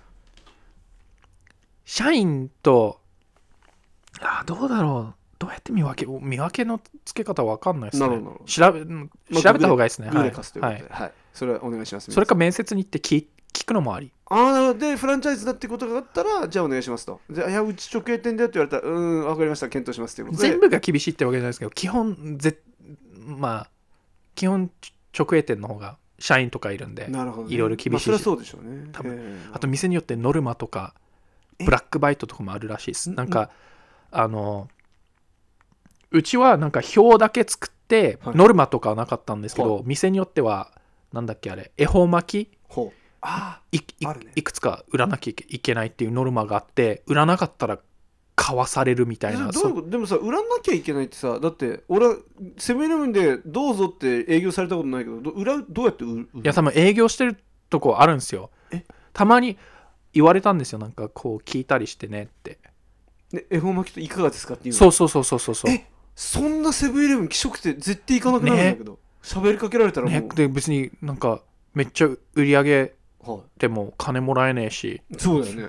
社員とあどうだろうどうやって見分け見分けのつけ方わかんないですね。なるほど調べ、まあ、調べた方がいいですね。 ググれかすということで、はいはい、それはお願いします。 それか面接に行って聞聞くのもあり。 ああでフランチャイズだってことがあったらじゃあお願いしますと。じゃあいやうち直営店だって言われたらうーん分かりました検討しますっていうことで全部が厳しいってわけじゃないですけど基本ぜまあ基本直営店の方が社員とかいるんで、なるほどね、いろいろ厳しいし、 まあ、それはそうでしょうね。 多分あと店によってノルマとかブラックバイトとかもあるらしいです。なんかあのうちはなんか表だけ作って、はい、ノルマとかはなかったんですけど、はい、店によってはなんだっけあれ恵方巻きほうあい い, ある、ね、いくつか売らなきゃいけないっていうノルマがあって売らなかったら買わされるみたいな。 どういうことでもさ売らなきゃいけないってさだって俺はセブンイレブンでどうぞって営業されたことないけど ど, 裏どうやって売る？いや多分営業してるとこあるんですよ。えたまに言われたんですよ。なんかこう聞いたりしてねってで恵方巻きといかがですかっていうの。 そうそうそうそうそうそう。 えそんなセブンイレブン気色って絶対行かなくなるんだけど喋、ね、りかけられたらもう、 ね、で別になんかめっちゃ売り上げでも金もらえねえし、 はい、そうだよね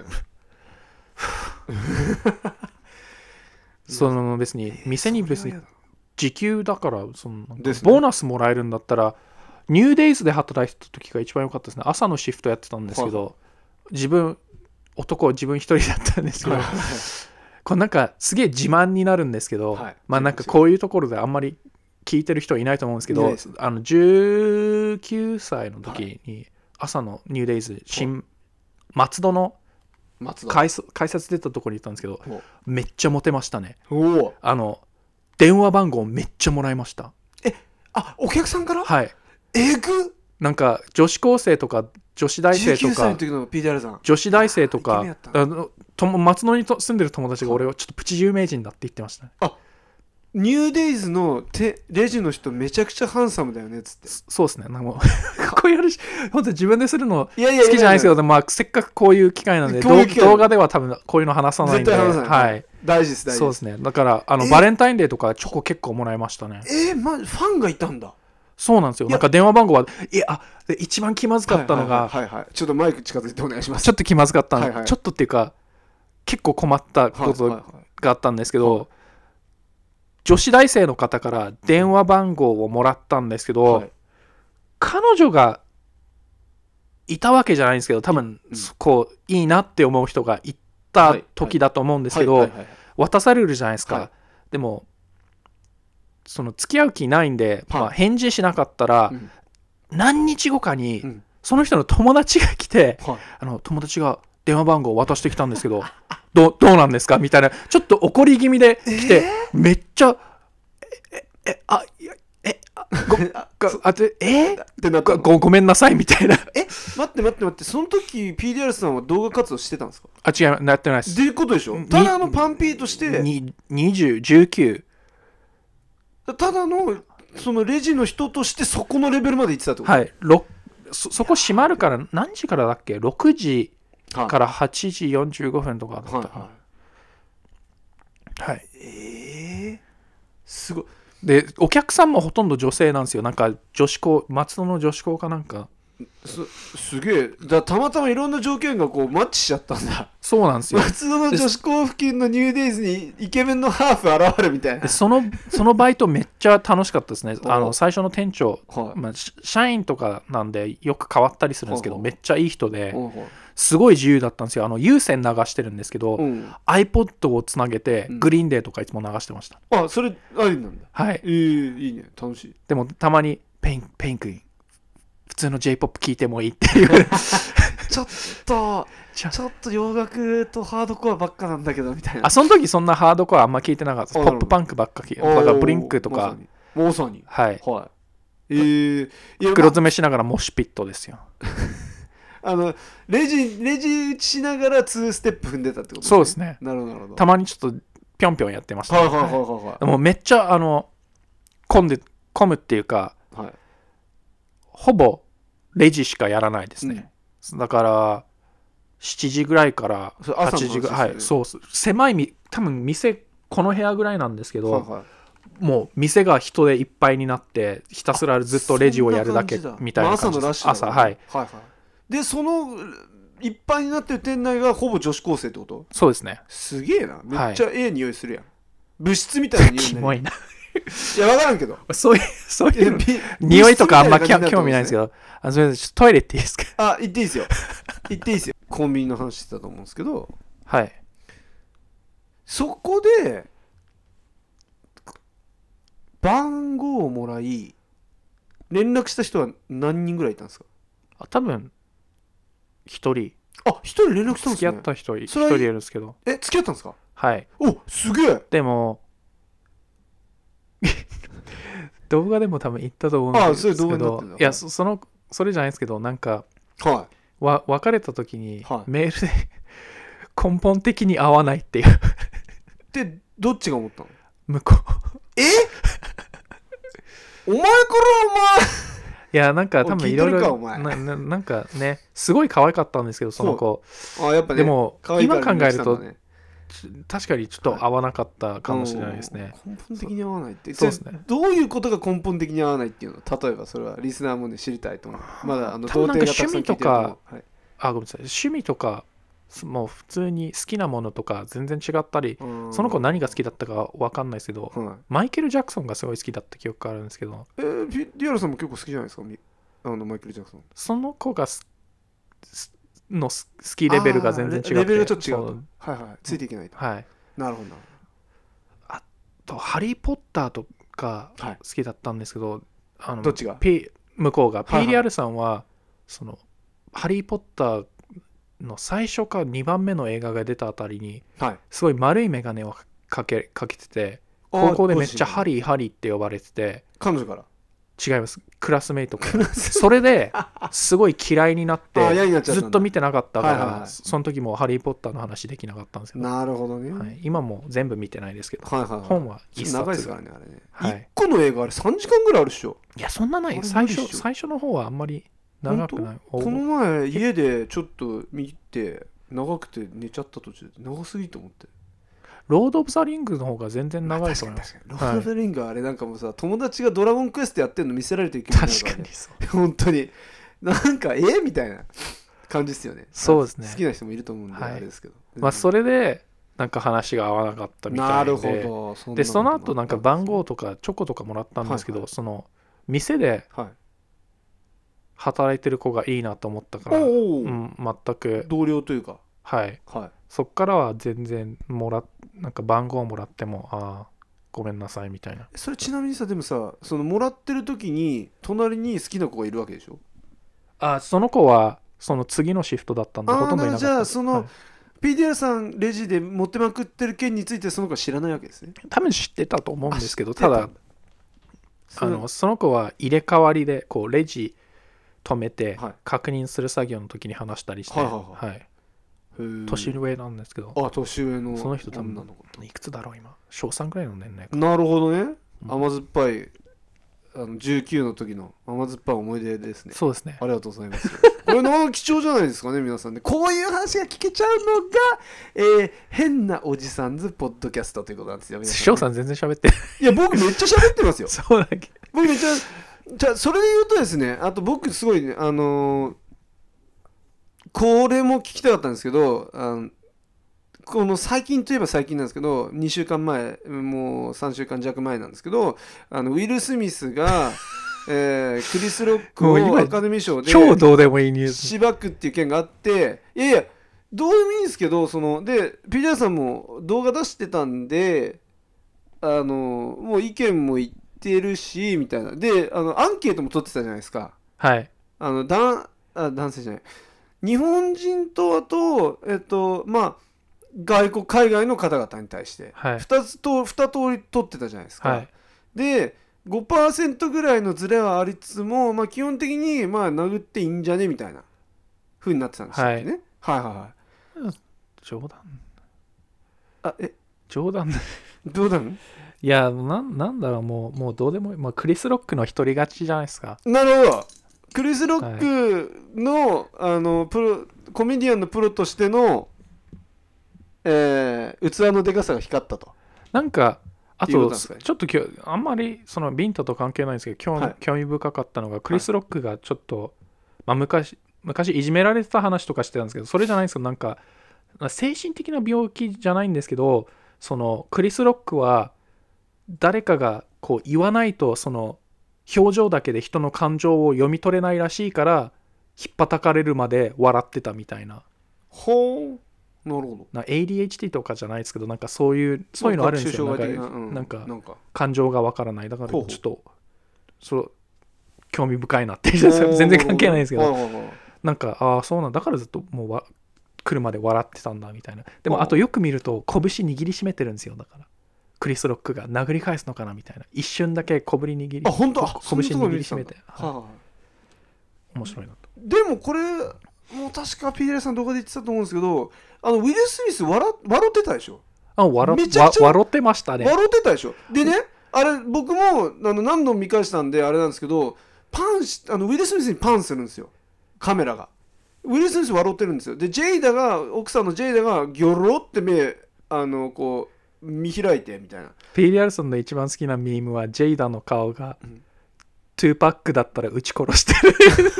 その別に店に別に時給だからそのボーナスもらえるんだったらニューデイズで働いてた時が一番良かったですね。朝のシフトやってたんですけど、はい、自分男自分一人だったんですけど、はい、これなんかすげえ自慢になるんですけど、はい、まあなんかこういうところであんまり聞いてる人いないと思うんですけど、あのじゅうきゅうさいの時に朝のニューデイズ新松戸の改札出たところに行ったんですけどめっちゃモテましたね。 おあの電話番号めっちゃもらいました。 えあお客さんから？ はいえぐなんか女子高生とか女子大生とかじゅうきゅうさいの時の ピーディーアール さん女子大生とかあのと松戸にと住んでる友達が俺はちょっとプチ有名人だって言ってましたね。 あニューデイズのてレジの人めちゃくちゃハンサムだよねっつって。 そうですね。なんかもうこういう話本当に自分でするのいやいやいやいや好きじゃないですけど、まあ、せっかくこういう機会なんでこういう機会動画では多分こういうの話さないんで、 絶対話さない、 はい、 大事です大事です。 そうですね。だからあのえバレンタインデーとかチョコ結構もらいましたね。 えー、ま、ファンがいたんだ。 そうなんですよ。なんか電話番号はいやあで一番気まずかったのが、 はいはいはい、はいはい、ちょっとマイク近づいてお願いします。 ちょっと気まずかったの、 はいはい、 ちょっとっていうか結構困ったことがあったんですけど、はいはいはい、女子大生の方から電話番号をもらったんですけど、はい、彼女がいたわけじゃないんですけど、多分、うん、こういいなって思う人がいた時だと思うんですけど、渡されるじゃないですか、はい、でもその付き合う気ないんで、はい、まあ、返事しなかったら、うん、何日後かに、うん、その人の友達が来て、はい、あの友達が電話番号を渡してきたんですけどど, どうなんですかみたいな、ちょっと怒り気味で来て、えー、めっちゃええあいやえあごあてえー、なごごめんなさいみたいな。 え待って待って待って、その時 ピーディーアール さんは動画活動してたんですか？ あ違う、やってないです。 っていうことでしょ。ただのパンピーとしてにじゅう、じゅうきゅうただのそのレジの人としてそこのレベルまで行ってたってこと？ はい、そ, そこ閉まるから何時からだっけ、ろくじからはちじよんじゅうごふんとかだった。はい、はいはい、 えー、すごい。 でお客さんもほとんど女性なんですよ。なんか女子校、松戸の女子校かなんか。 す, すげえ。だたまたまいろんな条件がこうマッチしちゃったんだ。 そうなんですよ。 松戸の女子校付近のニューデイズにイケメンのハーフ現れるみたいな。 そのそのバイトめっちゃ楽しかったですね。あの最初の店長、はい、まあ、社員とかなんでよく変わったりするんですけど、はい、めっちゃいい人で、はい、すごい自由だったんですよ。あの有線流してるんですけど、うん、iPod をつなげて、うん、グリーンデーとかいつも流してました。 あ、それありなんだ。 はい、 えー、いいね、楽しい。 でもたまにペインペインクイン普通の J-ポップ 聴いてもいいっていうちょっとちょっと洋楽とハードコアばっかなんだけどみたいな。 あ、その時そんなハードコアあんま聞いてなかったです。ポップパンクばっか聞いて、だからブリンクとか、 まさに、 はい、 はい、えー、 袋詰めしながらモッシュピットですよあのレジレジ打ちしながらにステップ踏んでたってことですね。 そうですね。 なるほどなるほど。 たまにちょっとぴょんぴょんやってました、ね。 はいはいはいはい、はい、 でもめっちゃあの混んで混むっていうか、はい、ほぼレジしかやらないですね、うん、だからしちじぐらいからはちじぐらい、はい、そう狭いみ多分店この部屋ぐらいなんですけど、はいはい、もう店が人でいっぱいになってひたすらずっとレジをやるだけみたいな感じです。 朝のラッシュだ、ね、 朝、はい、 はいはい。でそのいっぱいになってる店内がほぼ女子高生ってこと？ そうですね。 すげえな、めっちゃええ匂いするやん、はい、物質みたいな匂い。 キモいな。 いや分からんけどそういうそういう匂いとかあんま興味ないんですけど、あ、それでトイレっていいですか？ あ、行っていいですよ行っていいですよ。コンビニの話してたと思うんですけど、 はい、 そこで番号をもらい連絡した人は何人ぐらいいたんですか？ あ、多分ひとり。 あ、ひとり連絡したんですね。 付き合った人ひとりいるんですけど。 え、付き合ったんですか？ はい。 お、すげえ。 でも動画でも多分言ったと思うんですけど、ああ、それ動画になってんだ。いや、そそのそれじゃないですけど、なんか、 はい、 わ別れた時に、 はい、 メールで根本的に合わないっていうで、どっちが思ったの？ 向こうえお前からお前いや、なんか多分いろいろな, な, なんかね、すごい可愛かったんですけど、その子。 あ、やっぱね、 でも今考えると、 ね、 確かにちょっと合わなかったかもしれないですね、 はい、根本的に合わないって。 そうですね。 どういうことが根本的に合わないっていうの？例えばそれはリスナーもね知りたいと思う。まだあの童貞がたくさん聞いてると思う。趣味とか、はい、あ、ごめんなさい、趣味とかもう普通に好きなものとか全然違ったり、その子何が好きだったか分かんないですけど、はい、マイケル・ジャクソンがすごい好きだった記憶があるんですけど。 えー、ピディアルさんも結構好きじゃないですか、あのマイケル・ジャクソン。 その子がの好きレベルが全然違って、 レベルがちょっと違うと、はいはい、ついていけないと、 はい、 なるほど。 あとハリー・ポッターとか好きだったんですけど、はい、あのどっちが？ P、向こうが、 はいはい、 ピーディーアール さんはそのハリー・ポッターの最初かにばんめの映画が出たあたりに、 はい、 すごい丸い眼鏡をかけ、かけてて、高校でめっちゃハリーハリーって呼ばれてて。 彼女から？ 違います。クラスメイトからそれですごい嫌いになってあ嫌になっちゃったんだずっと見てなかったから、 はいはいはいその時もハリー・ポッターの話できなかったんですけど、 なるほどね、 はい、今も全部見てないですけど、 はいはいはい、 本は一冊長いですからねあれね、 はい、 いっこの映画あれさんじかんぐらいあるっしょ。 いやそんなない最初最初の方はあんまり長くない。 この前家でちょっと見て長くて寝ちゃった途中で長すぎと思って。 ロード・オブ・ザ・リングの方が全然長いと思います。 ロード・オブ・ザ・リングはあれなんかもうさ、はい、友達がドラゴンクエストやってるの見せられてる気分になるから、ね、 確かにそう本当になんかえみたいな感じですよね。 そうですね。 好きな人もいると思うんで、 はい、 あれですけど、 まあそれでなんか話が合わなかったみたいで、 なるほど。そでその後なんか番号とかチョコとかもらったんですけど、はいはい、その店で働いてる子がいいなと思ったから、 はい、 うん、全く同僚というか、 はい、 はい、 そっからは全然もらなんか番号もらってもああごめんなさいみたいな。 それちなみにさ、でもさ、そのもらってる時に隣に好きな子がいるわけでしょ。 あ、その子はその次のシフトだったんでほとんどいなかった。 じゃあその、はい、ピーディーアール さんレジで持ってまくってる件についてその子は知らないわけですね。 多分知ってたと思うんですけど、ただあのその子は入れ替わりでこうレジ止めて確認する作業の時に話したりして、はいはいはい、年上なんですけど、 あ、年上のその人多分いくつだろう今、小さんぐらいの年齢か。 なるほどね。甘酸っぱいあのじゅうきゅうの時の甘酸っぱい思い出ですね。 そうですね。 ありがとうございます。これの貴重じゃないですかね皆さんね。こういう話が聞けちゃうのが、えー、変なおじさんズポッドキャストということなんですよ。 翔さん全然喋ってる。 いや僕めっちゃ喋ってますよ。 そうだっけ。 僕めっちゃじゃあそれで言うとですね、あと僕すごいね、あのー、これも聞きたかったんですけど、あのこの最近といえば最近なんですけど、にしゅうかんまえ、もうさんしゅうかん弱前なんですけど、あのウィル・スミスが、えー、クリス・ロックをアカデミー賞で超どうでもいいニュースしばくっていう件があって、いやいやどうでもいいんですけど、そのでピージャーさんも動画出してたんで、あのもう意見も言ってるしみたいなで、あのアンケートも取ってたじゃないですか。 はい。 あのだあ男性じゃない、日本人とあとえっとまあ外国海外の方々に対してふたつとに通り取ってたじゃないですか。はい、で ごパーセント ぐらいのズレはありつつも、まあ、基本的にまあ殴っていいんじゃねみたいな風になってたんですよね。はい、はいはいはい。 冗談。 あえ冗談冗談いやな、なんだろう、もうもうどうでもいい、まあ、クリス・ロックの一人勝ちじゃないですか。 なるほど。クリス・ロックの、はい、あのプロコメディアンのプロとしてのえー、器のでかさが光ったと。なんかあとちょっと今日あんまりそのビンタと関係ないんですけど興味、はい、興味深かったのがクリス・ロックがちょっと、まあ、昔昔いじめられてた話とかしてたんですけど、それじゃないんですよ。なんか精神的な病気じゃないんですけど、そのクリス・ロックは誰かがこう言わないとその表情だけで人の感情を読み取れないらしいからひっぱたかれるまで笑ってたみたいな。 ほう、なるほど。 な エーディーエイチディー とかじゃないですけど、なんかそういうそういうのあるんですよ。なんか、うん、なんか感情がわからない。だからちょっとそう興味深いなって全然関係ないんですけど、なんかああそうなんだからずっともうわ来るまで笑ってたんだみたいな。でもあとよく見ると拳握りしめてるんですよ。だからクリス・ロックが殴り返すのかなみたいな、一瞬だけ小ぶり握り、 あ本当拳握りしめて、 はいはい、 面白いなと。 でもこれもう確か ピーディーアール さん動画で言ってたと思うんですけど、あのウィル・スミス笑笑ってたでしょ。 あ笑めちゃくちゃ笑ってましたね。 笑ってたでしょ。でね、あれ僕もあの何度も見返したんであれなんですけど、パンしあのウィル・スミスにパンするんですよ、カメラが。ウィル・スミス笑ってるんですよ。でジェイダが奥さんのジェイダがギョロって目あのこう見開いてみたいな。 ピーディーアール さんの一番好きなミームはジェイダの顔が、うん、ツーパックだったら撃ち殺してる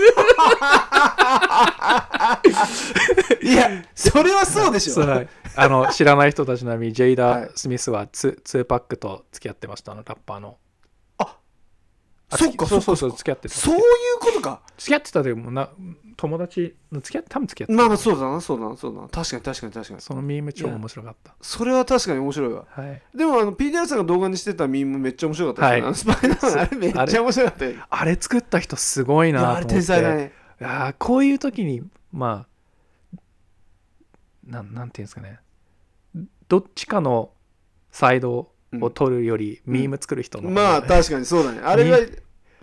いやそれはそうでしょ。 はい、あの知らない人たちなみにジェイダ・スミスは 2, 2パックと付き合ってました。あのラッパーの。 ああそっかそうそうそう付き合ってた。 そういうことか。 付き合ってたでもな友達の付き合って多分付き合ってた。 まあまあそうだなそうだなそうだな、確かに確かに確かに。 そのミーム超面白かった。 それは確かに面白いわ。 はい、 でもあの ピーディーアール さんが動画にしてたミームめっちゃ面白かったですね。はい、スパイダーマンあれめっちゃ面白かったよ。 あれ作った人すごいなと思って。 いやあれ天才だね。 いやこういう時にまあな ん, なんていうんですかね、どっちかのサイドを取るよりミーム作る人の、 うん、まあ確かにそうだね。あれが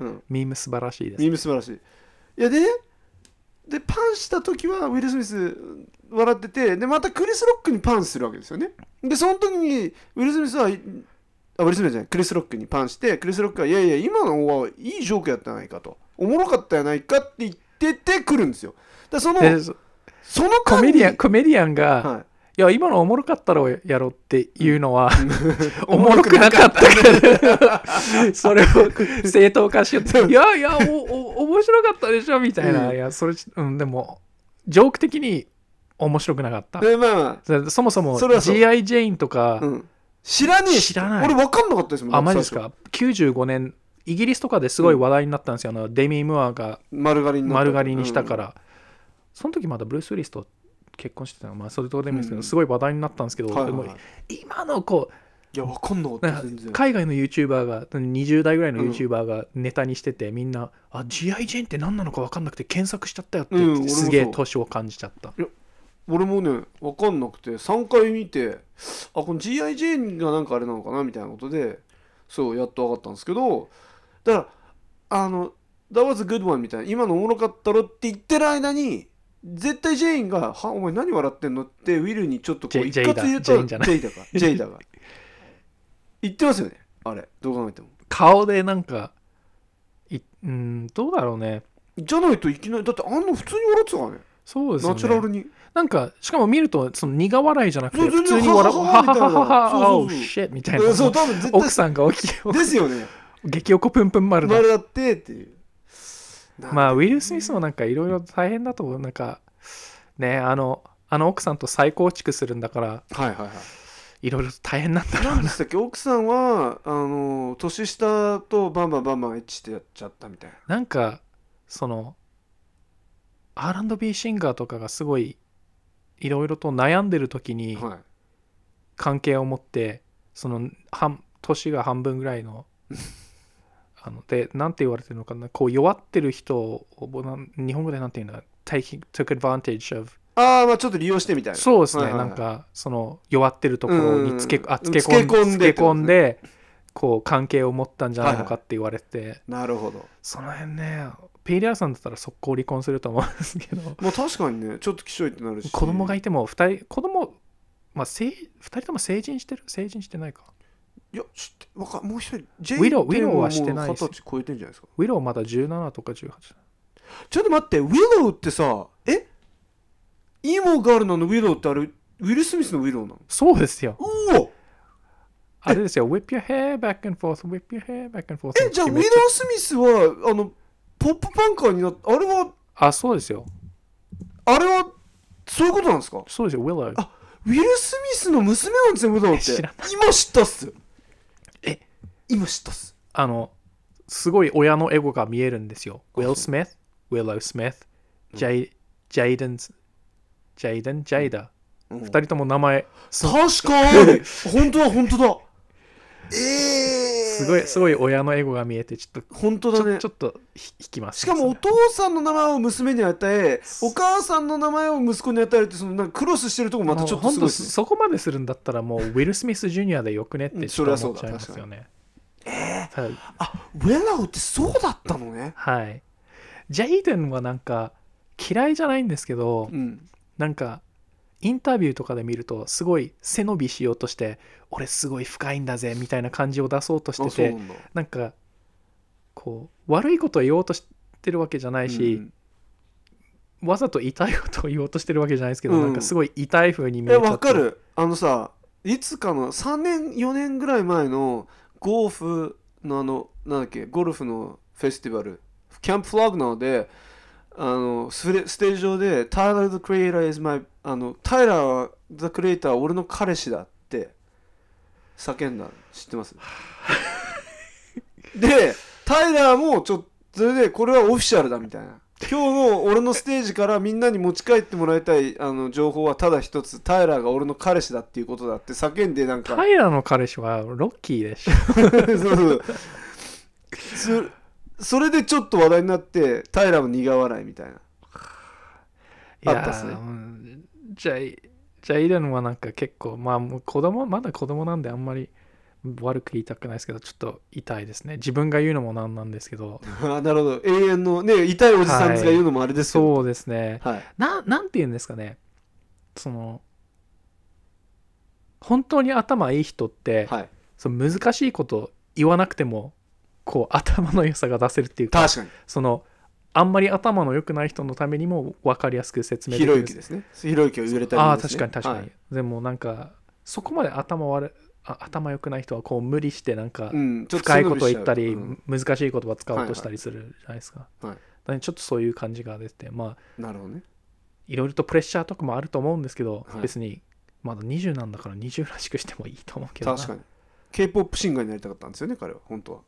うん、 ミーム素晴らしいです。 ミーム素晴らしい。いやでね、でパンした時はウィル・スミス笑ってて、でまたクリス・ロックにパンするわけですよね。でその時にウィル・スミスは、あ、ウィル・スミスじゃない、クリス・ロックにパンして、クリス・ロックは、いやいや今のはいいジョークやったやないかと、おもろかったやないかって言っててくるんですよ。だそのそそのコメディアンコメディアンが、 はい、 いや今のおもろかったらやろうっていうのは、うん、おもろくなかったからそれを正当化しようっていやいやおお面白かったでしょみたいな、うん、いやそれ、うん、でもジョーク的に面白くなかった。 で、まあまあ、そもそも ジーアイ ジェインとか、 うん、知らねえ知らない。 俺分かんなかったですもん。 あ、マジですか。きゅうじゅうごねんイギリスとかですごい話題になったんですよ、うん、あのデミー・ムーアが丸刈りになった、 丸刈りにしたから、うん、その時まだブルース・ウィリスと結婚してたの、まあそれとでもいいんですけど、うん、すごい話題になったんですけど、はいはいはい、でも今のこう、 いや分かんなかった全然。 海外の YouTuber がにじゅう代ぐらいの YouTuber がネタにしてて、うん、みんなあ ジーアイ ジェインって何なのか分かんなくて検索しちゃったよって言って、うん、すげえ年を感じちゃった。 いや俺もね分かんなくてさんかい見て、あこの ジーアイ ジェインがなんかあれなのかなみたいなことで、そうやっと分かったんですけど、だからあの That was a good one みたいな、今のおもろかったろって言ってる間に絶対ジェインがはお前何笑ってんのってウィルにちょっとこう一括言うと、 ジェインじゃない、 ジェイダかジェイダが言ってますよね、あれどう考えても顔でなんかいうんどうだろうね。 じゃないといきなりだってあんな普通に笑ってたからね。 そうですよね、 ナチュラルになんかしかも見るとその苦笑いじゃなくて普通に笑う、はははははおうシェみたいな、 そう多分絶対奥さんが起きてですよね激おこぷんぷん丸だ丸だってっていう。 まあウィル・スミスもなんかいろいろ大変だと思う。なんかね、あのあの奥さんと再構築するんだから、 はいはいはい、 いろいろ大変なんだろうな。 何でしたっけ、奥さんはあの年下とバンバンバンバンエッチしてやっちゃったみたいな。 なんかその アールアンドビー シンガーとかがすごいいろいろと悩んでる時に関係を持って、はい、その半年が半分ぐらいのあのでなんて言われてるのかな、こう弱ってる人を日本語でなんて言うんだ、taking took advantage of、 ああまあちょっと利用してみたいな。 そうですね、はいはいはい、なんかその弱ってるところにつけ、あつけ込んで、つけ込んでこう関係を持ったんじゃないのかって言われて、はいはい、 なるほど。 その辺ね、ペイリアさんだったら速攻離婚すると思うんですけど、 まあ確かにねちょっときしょいってなるし、 子供がいてもふたり子供まあふたりとも成人してる成人してないか、 いや知ってわかもう一人ジェイウィローはしてないです。 二十歳超えてんじゃないですか。 ウィローまだじゅうななとかじゅうはち。 ちょっと待って、ウィローってさ、えイモガールのウィローってあれウィル・スミスのウィローなの？ そうですよ。 うおあれですよ、whip your hair back and forth whip your hair back and forth。 えじゃあウィロー・スミスはあのポップパンカーになって、あれはあそうですよ、 あれはそういうことなんですか？ そうですよ、ウィロー。 あウィル・スミスの娘なんですよウィローって。 知らない。 今知ったっす。 え今知ったっす。 あのすごい親のエゴが見えるんですよ。ウィル・スミス、ウィロー・スミス、ジェイジェイデンジェイデンジェイダー、二人とも名前確かに本当だ本当だ。えー、 すごいすごい親のエゴが見えてちょっと本当だね、 ちょ、ちょっと引きます、 しかもお父さんの名前を娘に与え、お母さんの名前を息子に与えるって、そのなんかクロスしてるとこまたちょっとすごいですね。 そこまでするんだったらもうウィル・スミス・ジュニアでよくねってちょっと思っちゃいますよね。 えー、はい、あウェラオってそうだったのね。 はい。ジェイデンはなんか嫌いじゃないんですけど、 うん、 なんかインタビューとかで見るとすごい背伸びしようとして俺すごい深いんだぜみたいな感じを出そうとしてて、な, なんかこう悪いことを言おうとしてるわけじゃないし、うん、わざと痛いことを言おうとしてるわけじゃないですけど、うん、なんかすごい痛い風に見えちゃって。 わかる。あのさいつかのさんねんよねんぐらい前のゴルフのあのなんだっけゴルフのフェスティバルキャンプフラグなので、あのステージ上で Tyler the Creator is my あの Tyler the Creator は俺の彼氏だって叫んだ。知ってますでタイラーもちょっとそれでこれはオフィシャルだみたいな、今日の俺のステージからみんなに持ち帰ってもらいたいあの情報はただ一つ、タイラーが俺の彼氏だっていうことだって叫んで、なんかタイラーの彼氏はロッキーでしょそうそうそそれでちょっと話題になってタイラーも苦笑いみたいな。 あったっすね。ジャイジャイデンはなんか結構まあもう子供まだ子供なんであんまり悪く言いたくないですけどちょっと痛いですね。自分が言うのもなんなんですけどあ、なるほど。永遠のね、痛いおじさんが言うのもあれですけど、 そうですね、 はい、 な, なんて言うんですかね、その本当に頭いい人って、 はい、 その難しいこと言わなくてもこう頭の良さが出せるっていうか、 確かにそのあんまり頭の良くない人のためにも分かりやすく説明できひろるゆきですね。ひろゆきを言われたり、 ああ確かに確かに、 はい、 でもなんかそこまで頭悪あ頭良くない人はこう無理してなんかうん、ちょっ深いことを言ったり、 背伸びしちゃう、うん、 難しい言葉使おうとしたりするじゃないですか、 はいはい、 だからちょっとそういう感じが出て、まあなるほどね。 いろいろとプレッシャーとかもあると思うんですけど、 はい、 別にまだにじゅうなんだからにじゅうらしくしてもいいと思うけどな。 確かに K-ポップ シンガーになりたかったんですよね、彼は本当は。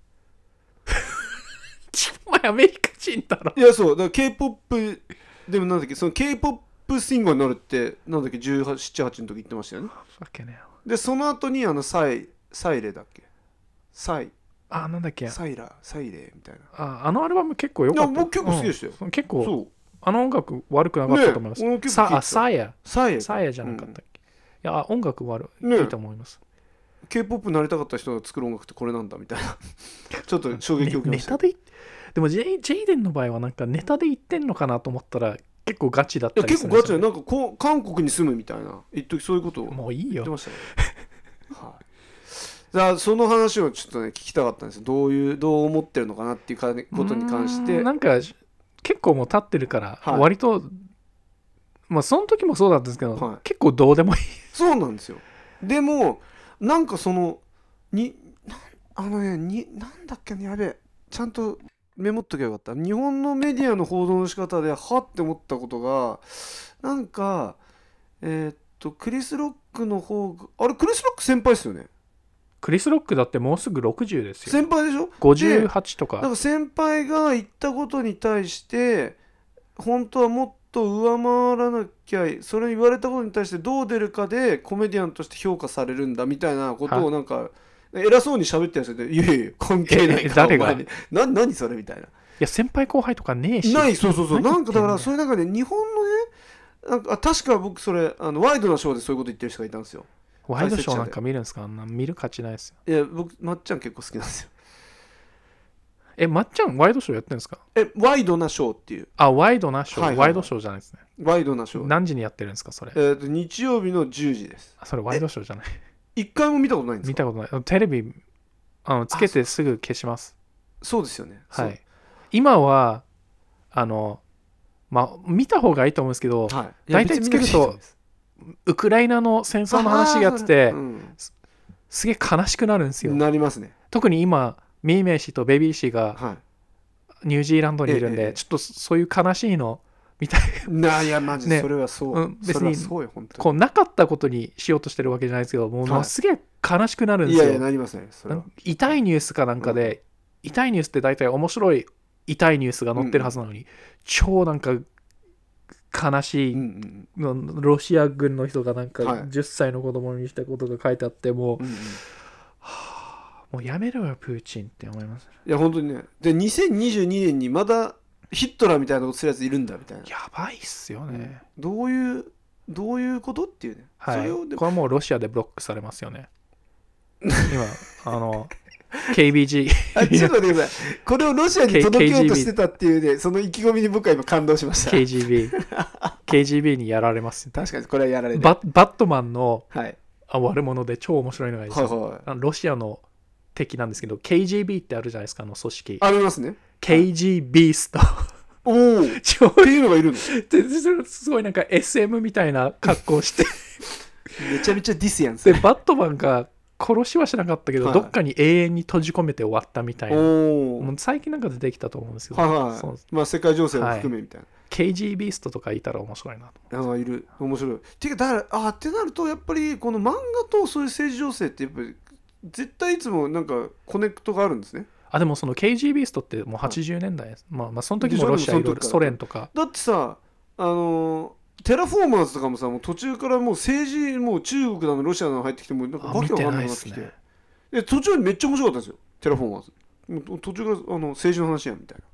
お前アメリカ人だろ。 いや、そうだから K-ポップ でもなんだっけ、その K-ポップ シンガーになるってなんだっけ、じゅうなな、はちの時言ってましたよね。でその後にあのサイサイレだっけ、サイあなんだっけサイラサイレみたいな。 ああのアルバム結構良かった。 いや僕結構好きでしたよ、 うん、結構そうあの音楽悪くなかったと思います、 ね、 さあサイヤサイヤサイヤじゃなかったっけ、うん、いや音楽悪い、 ね、 いいと思います。 K-ポップ になりたかった人が作る音楽ってこれなんだみたいなちょっと衝撃を受けました、 ね、ネタででもジェイ、ジェイデンの場合はなんかネタで言ってんのかなと思ったら結構ガチだったりするんですよ、ね、 いや結構ガチでなんかこう韓国に住むみたいな一時そういうことをもういいよ言ってましたねはい、じゃあその話をちょっとね聞きたかったんですよ。どういうどう思ってるのかなっていうことに関して。 なんか結構もう経ってるから、はい、割とまあその時もそうだったんですけど、はい、結構どうでもいい。 そうなんですよ。でもなんかそのにあのねになんだっけね、やべえ、ちゃんとメモっとけばよかった。日本のメディアの報道の仕方ではって思ったことが、なんかえー、っとクリス・ロックの方があれクリス・ロック先輩ですよね。 クリス・ロックだってもうすぐろくじゅうですよ。 先輩でしょ。 ごじゅうはちとか。 なんか先輩が言ったことに対して本当はもっと上回らなきゃ、それ言われたことに対してどう出るかでコメディアンとして評価されるんだみたいなことをなんか偉そうに喋ってるんですよ。いやいや関係ないから誰がな何それみたいな。いや先輩後輩とかねえし。 ない、そうそうそう、なんかだからそれなんかね、日本のね、なんか確か僕それあのワイドなショーでそういうこと言ってる人がいたんですよ。 ワイドショーなんか見るんですか？あんな見る価値ないですよ。いや僕まっちゃん結構好きなんですよ。 えまっちゃんワイドショーやってるんですか？ えワイドなショーっていう。 あワイドなショー、はいはいはい、ワイドショーじゃないですね。 ワイドなショー。 何時にやってるんですかそれ？ えー、と日曜日のじゅうじです。 あそれワイドショーじゃない。 一回も見たことないんですか？ 見たことない。テレビあのつけてすぐ消します。 そうですよね。 はい。今はあのまあ見た方がいいと思うんですけど、はい、大体つけるとウクライナの戦争の話やってて、うん、す, すげえ悲しくなるんですよ。 なりますね。 特に今ミーメイ氏とベビー氏がニュージーランドにいるんで、はい、ちょっとそういう悲しいのみたいな。いやマジで、ね、それはそう、うん、 別にこうなかったことにしようとしてるわけじゃないですけど、もう、はい、すげえ悲しくなるんですよ。 いやいやなりますね。それは痛いニュースかなんかで、うん、痛いニュースって大体面白い痛いニュースが載ってるはずなのに、うん、超なんか悲しい、うんうん、ロシア軍の人がなんかじゅっさいの子供にしたことが書いてあって、もう、はい、はあ、もうやめろよプーチンって思います。 いや本当にね。でにせんにじゅうにねんにまだヒットラーみたいなことするやついるんだみたいな。 やばいっすよね、 うん、どういうどういうことっていうね、 はい、それをでこれはもうロシアでブロックされますよね今あのケービージーあちょっと待ってください。これをロシアに届けようとしてたっていうね、その意気込みに僕は今感動しました。 ケージービー ケージービー にやられます、ね、 確かにこれはやられる。 ババットマンの、 はい、 悪者で超面白いのがいいですよ、はいはい、あのロシアの敵なんですけど ケージービー ってあるじゃないですか、あの組織。 ありますね。 ケージービー ストおおっていうのがいるのすごいなんか エスエム みたいな格好してめちゃめちゃディスやんすでバットマンが殺しはしなかったけど、はい、どっかに永遠に閉じ込めて終わったみたいな。もう最近なんか出てきたと思うんですけど、 はいはい、そうまあ、世界情勢を含めみたいな、はい、 ケージービー ストとかいたら面白いなと思う。あいる面白いていうかだからあってなるとやっぱりこの漫画とそういう政治情勢ってやっぱり絶対いつもなんかコネクトがあるんですね。 あでもその ケージービー ストってもうはちじゅうねんだい、はい、まあ、まあその時もロシアいろいろソ連とかだってさあのテラフォーマーズとかもさもう途中からもう政治もう中国だのロシアだの入ってきてもうなんかわけわかんなくなってきて、で途中めっちゃ面白かったんですよテラフォーマーズ。途中からあの政治の話やんみたいな。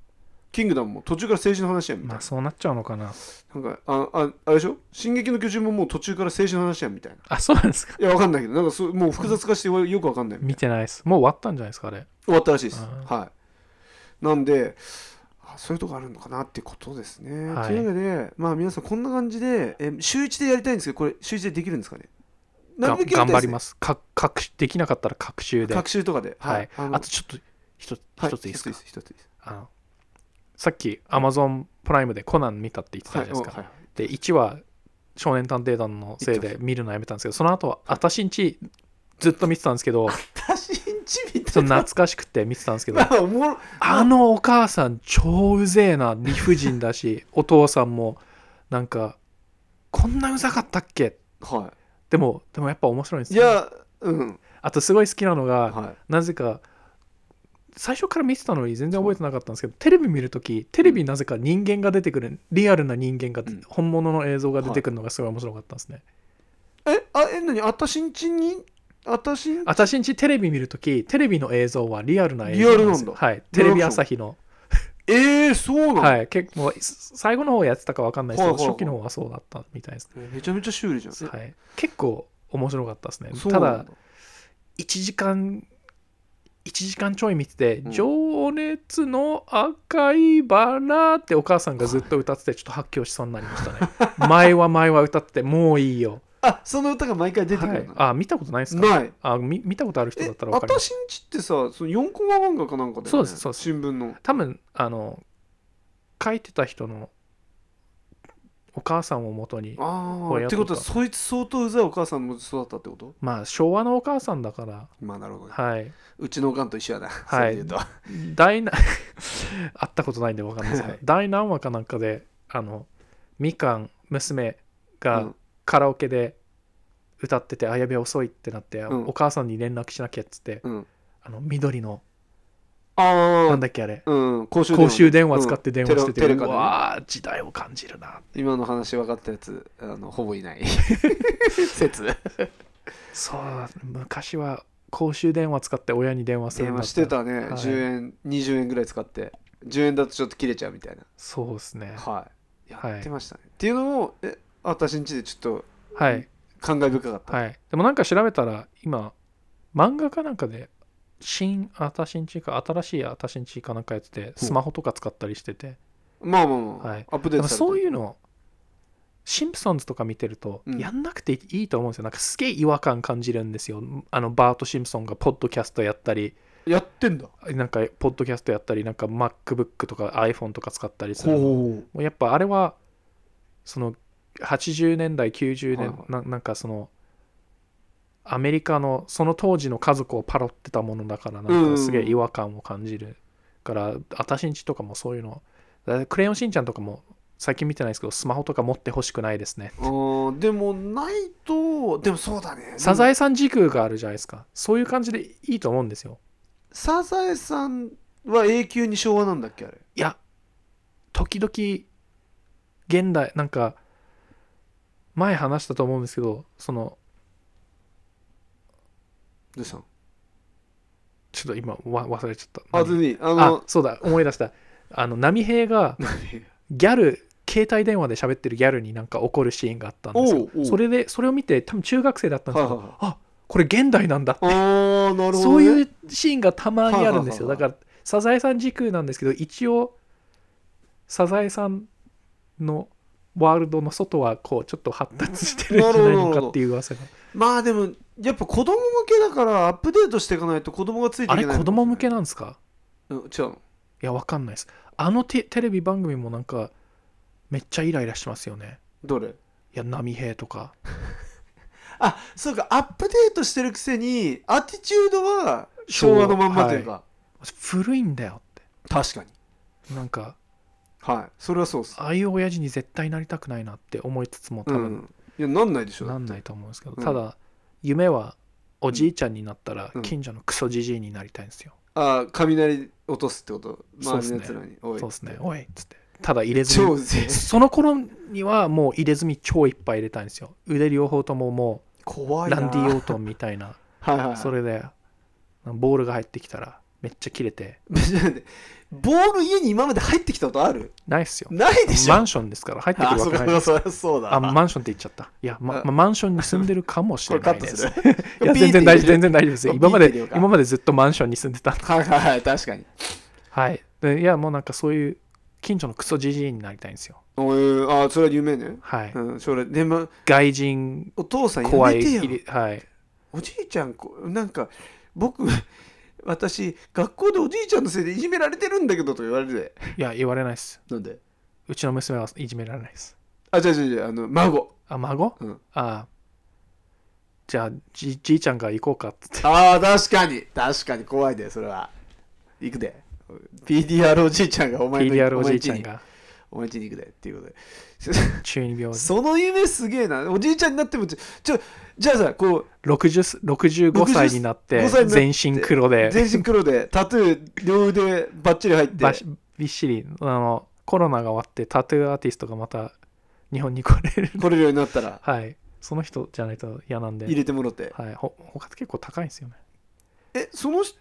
キングダムも途中から政治の話やんみたいな、 まあそうなっちゃうのかな。 なんかあああれでしょ、進撃の巨人ももう途中から政治の話やんみたいな。 あ、そうなんですか。 いやわかんないけど、なんかそうもう複雑化してよくわかんないみたいな。 見てないです。もう終わったんじゃないですか、あれ。 終わったらしいです。 あはいなんであそういうとこあるのかなってことですね、 はいというわけでまあ皆さんこんな感じでえ週いちでやりたいんですけど、これ週いちでできるんですかね。ながるべくやりたいですね頑張ります。か各できなかったら各週で。 学習とかではい。 あのあとちょっと一つはい一ついいですか。 一つ一つですあのさっき Amazon プライムでコナン見たって言ってたじゃないですか。 はいはいで、いちわ少年探偵団のせいで見るのやめたんですけど、その後はあたしんちずっと見てたんですけど、 私んちみたそいなの懐かしくて見てたんですけど、 まあおもろあのお母さん超うぜえな、理不尽だし、お父さんもなんかこんなうざかったっけ。 はでもでもやっぱ面白いんですよ、ね。 いいやうんあとすごい好きなのが、 はなぜか最初から見てたのに全然覚えてなかったんですけど、テレビ見るときテレビになぜか人間が出てくる、リアルな人間が、 うん本物の映像が出てくるのがすごい面白かったんですね。 いえあえ何私んちに私んち私んちテレビ見るときテレビの映像はリアルな映像リアルなんだはい、テレビ朝日のえー、そうなの、 はい、結構最後の方やってたか分かんないですけど、 はいはいはい初期の方はそうだったみたいですね、 めちゃめちゃ修理じゃん。 はい、結構面白かったですね。たそうなんだいちじかんいちじかんちょい見てて「 うん情熱の赤いバラ」ってお母さんがずっと歌っててちょっと発狂しそうになりましたね。前は前は歌っててもういいよ。 あその歌が毎回出てくはいるの、、 あ見たことないですか。 ないあみ見たことある人だえったら分かります。 私んちってさそのよんコマ漫画かなんかで、ね、 そうですそうです新聞の多分あの書いてた人のお母さんをもとに、 ああ親とかってことはそいつ相当うざいお母さんも育ったってこと。 まあ昭和のお母さんだから、 まあなるほどね、 はい、 うちのおかんと一緒やな、 はいそれで言うと第な会ったことないんで分かんないですけど、 はい第何話かなんかであのみかん娘がうんカラオケで歌ってて、あやべ遅いってなって、 うんお母さんに連絡しなきゃっつって、 うんあの緑のああなんだっけあれうん公衆公衆電話使って電話してて、うテレテレカでねわー時代を感じるな。 今の話分かったやつあのほぼいない説そう昔は公衆電話使って親に電話するんだ電話してたね、 はいじゅうえんにじゅうえんぐらい使ってじゅうえんだとちょっと切れちゃうみたいな、 そうですね。 はいはいやってましたね、っていうのもえ私んちでちょっとはい感慨深かった、 はい。でもなんか調べたら今漫画かなんかで新あたしんちか新しいあたしんちかなんかやっててスマホとか使ったりしてて、 まあまあまあ、 はいアップデートされてるでもそういうのシンプソンズとか見てるとうんやんなくていいと思うんですよ。なんかすげえ違和感感じるんですよ。あのバート・シンプソンがポッドキャストやったり、 やってんだなんかポッドキャストやったり、なんか MacBook とか iPhone とか使ったりするの。 ほもうやっぱあれはそのはちじゅうねんだいきゅうじゅうねん、 はいはいな, なんかそのアメリカのその当時の家族をパロってたものだからなんかすげえ違和感を感じるから、あたしんちとかもそういうのだからクレヨンしんちゃんとかも最近見てないですけどスマホとか持ってほしくないですね。 うあーでもないとでもそうだねサザエエさん時空があるじゃないですか。そういう感じでいいと思うんですよ。 サザエさんは永久に昭和なんだっけあれ。 いや時々現代なんか前話したと思うんですけど、そのどうしたの。 ちょっと今わ忘れちゃった。 あ何でにああのそうだ思い出した。あの波平がギャル携帯電話で喋ってるギャルになんか怒るシーンがあったんですよおうおう。 それでそれを見て多分中学生だったんですけど、 はいはいあこれ現代なんだって、 あーなるほど、ね、 そういうシーンがたまにあるんですよ。 はいはいはいはいだからサザエさん時空なんですけど、一応サザエさんのワールドの外はこうちょっと発達してるんじゃないのかっていう噂が。 まあでもやっぱ子供向けだからアップデートしていかないと子供がついていけあないれ子供向けな、 なんですか。 うん、違うの。 いやわかんないです。あのテテレビ番組もなんかめっちゃイライラしてますよね。 どれ。 いや波平とかあそうかアップデートしてるくせにアティチュードは昭和のまんまというか、 は古いんだよって。 確かになんかはいそれはそうっす。 ああいう親父に絶対なりたくないなって思いつつも多分、 うん、いやなんないでしょ。 なんないと思うんですけど、 うんただ夢はおじいちゃんになったらうん近所のクソじじいになりたいんですよ。 あ雷落とすってことそうっすね周りのやつらに。おいそうですね。おいっつってただ入れ墨超ぜその頃にはもう入れ墨超いっぱい入れたいんですよ。腕両方ともも怖いな。 うランディ・オートンみたいなはいはいはい、 それでボールが入ってきたらめっちゃ切れて。 ボール家に今まで入ってきたことある？ ないっすよ。 ないでしょ。 マンションですから入ってくるわけないです。 そりゃそうだ。 あ、マンションって言っちゃった。いや、まま、マンションに住んでるかもしれないです。 これカットするいや、全然大丈夫、全然大丈夫です。今まで、 ピーって入れようか今までずっとマンションに住んでたんで。 はいはいはい、確かに。 はい。でいや、もうなんかそういう近所のクソじじいになりたいんですよ。 おー、あ、それは夢ね。 はい。 うん、将来でも外人、 お父さんや怖い。 めてよ。 入れはい。 おじいちゃん、こなんか僕私学校でおじいちゃんのせいでいじめられてるんだけどと言われて。 いや、言われないです。 なんで？ うちの娘はいじめられないです。 あ、違う違う違う、あの孫。 あ、孫？ うん、 あじゃあじ、じいちゃんが行こうかっつって。 ああ、確かに確かに怖いで、それは。行くで。ピーディーアール おじいちゃんがお前のピーディーアール おじいちゃんがお前家に行くでっていうことで。 中二病で。 その夢すげえな。おじいちゃんになってもちょ、ちょじゃあさ、こうろくじゅう、ろくじゅうごさいになってごさいになって全身黒で全身黒でタトゥー両腕バッチリ入ってばしびっしりあのコロナが終わってタトゥーアーティストがまた日本に来れる来れるようになったらはいその人じゃないと嫌なんで入れてもろて、 はい、ほ他って結構高いんですよね。 えその人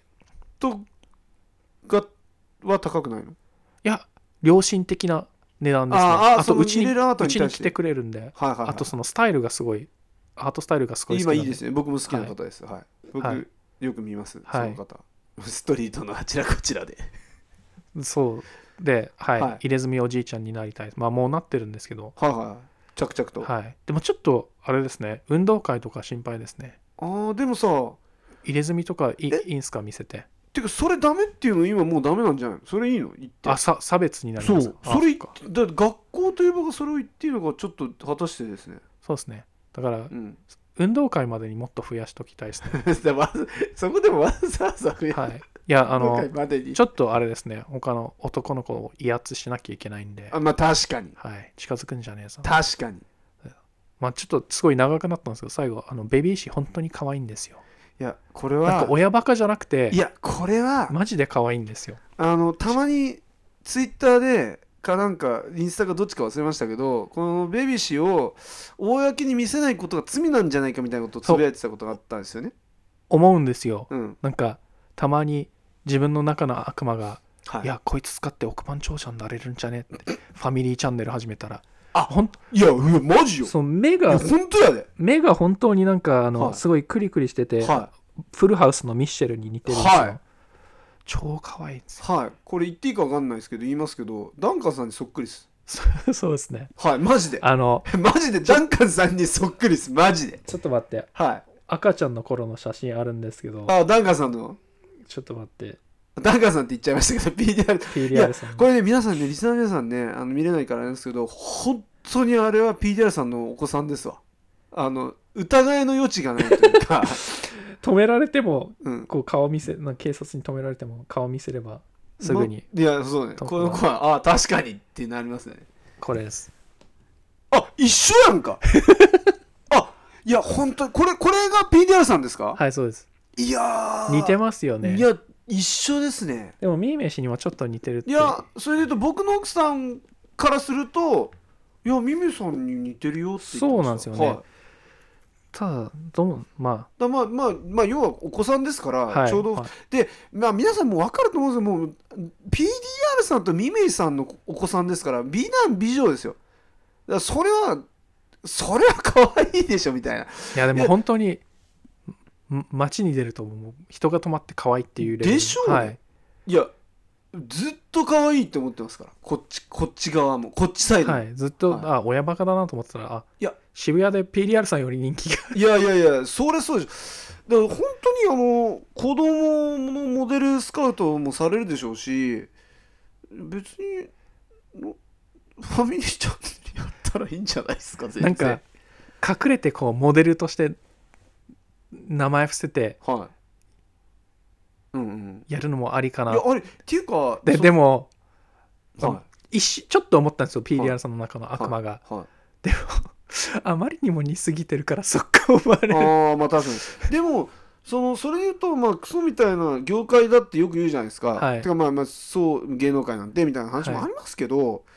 がは高くないの？ いや良心的な値段ですね。 あああとうちに入れるアートうに対してちに来てくれるんで、 はいはいはい、 あとそのスタイルがすごいアートスタイルがすごい好きなんで。 今いいですね、僕も好きな方です、はいはい、僕、はい、よく見ます、 はい、 その方ストリートのあちらこちらでそうで、はい、 はい、 入れ墨おじいちゃんになりたい。まあもうなってるんですけど、 はいはい、着々と、 はい、でもちょっとあれですね、運動会とか心配ですね。 ああでもさ入れ墨とかいいいんすか見せて。 てかそれダメっていうの今もうダメなんじゃないの？それいいの？言ってあさ差別になります。 そうそれだ学校という場がそれを言っていいのかちょっと果たしてですね。 そうですね。だから、うん、 うん、 運動会までにもっと増やしときたいですね。 そこでもわざわざ増やはい。いやあのちょっとあれですね、他の男の子を威圧しなきゃいけないんで。 あまあ確かに。 はい。近づくんじゃねえぞ。 確かに。 まあちょっとすごい長くなったんですけど、最後あのベビーシー本当に可愛いんですよ。 いやこれはなんか親バカじゃなくて、 いやこれはマジで可愛いんですよ。 あのたまにツイッターでかなんかインスタかどっちか忘れましたけど、このベビー氏を公に見せないことが罪なんじゃないかみたいなことをつぶやいてたことがあったんですよね。 思うんですよ、 うん、 なんかたまに自分の中の悪魔が、 はい、 いやこいつ使って億万長者になれるんじゃねってファミリーチャンネル始めたら、 あほんいやマジよ。 そう目が本当やで。 目が本当になんかあの、 はい、 すごいクリクリしてて、 はい、 フルハウスのミッシェルに似てるんですよ、 はい、 超可愛いんですよ。 はい、これ言っていいか分かんないですけど言いますけど、ダンカンさんにそっくりです。 そうですね。 はいマジであのマジでダンカンさんにそっくりです、マジで。 ちょっと待って、 はい、 赤ちゃんの頃の写真あるんですけど、 あダンカンさんのちょっと待って、 ダンカンさんって言っちゃいましたけど ピーディーアール, ピーディーアール さん、 これね皆さんねリスナーの皆さんねあの見れないからなんですけど、本当にあれは ピーディーアール さんのお子さんですわ。あの疑いの余地がないというか止められても、 うん、 こう顔見せな警察に止められても顔見せればすぐに、 ま、いやそうねこの子はあ確かにってなりますね。 これです。 あ一緒やんかあいや本当これこれが ピーディーアール さんですか？ はいそうです。 いや似てますよね。 いや一緒ですね。 でもミーメイ氏にはちょっと似てるって。 いやそれで言うと僕の奥さんからするといやミメさんに似てるよって言ってました。 そうなんですよね、はい、ただどうまあだまあまあまあ要はお子さんですから、はい、ちょうど、はい、でまあ皆さんも分かると思うんですけどもう ピーディーアール さんとミメイさんのお子さんですから美男美女ですよ。だからそれはそれは可愛いでしょみたいな。いやでも本当に街に出るともう人が止まって可愛いっていうレベルでしょうね、はい、いやずっと可愛いって思ってますから、こっちこっち側もこっちサイドも、 はい、ずっと、はい、あ親バカだなと思ってたら、あいや渋谷で ピーディーアール さんより人気がいやいやいやそれそうでしょ。だから本当にあの子供のモデルスカウトもされるでしょうし、別にファミリーチャンネルやったらいいんじゃないですか。全然なんか隠れてこうモデルとして名前伏せて、はいうんうん、やるのもありかな。 いやあれっていうかででも、はい、一しちょっと思ったんですよ ピーディーアール さんの中の悪魔が、はいはい、でもあまりにも似すぎてるからそっか思われる。 ああまあ確かに。でもそのそれで言うとまあクソみたいな業界だってよく言うじゃないですか、はい、てかまあまあそう芸能界なんてみたいな話もありますけど、はい、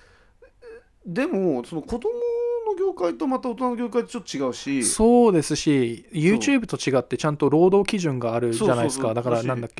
でもその子供の業界とまた大人の業界ってちょっと違うし、 そうですし YouTube と違ってちゃんと労働基準があるじゃないですか。だからなんだっけ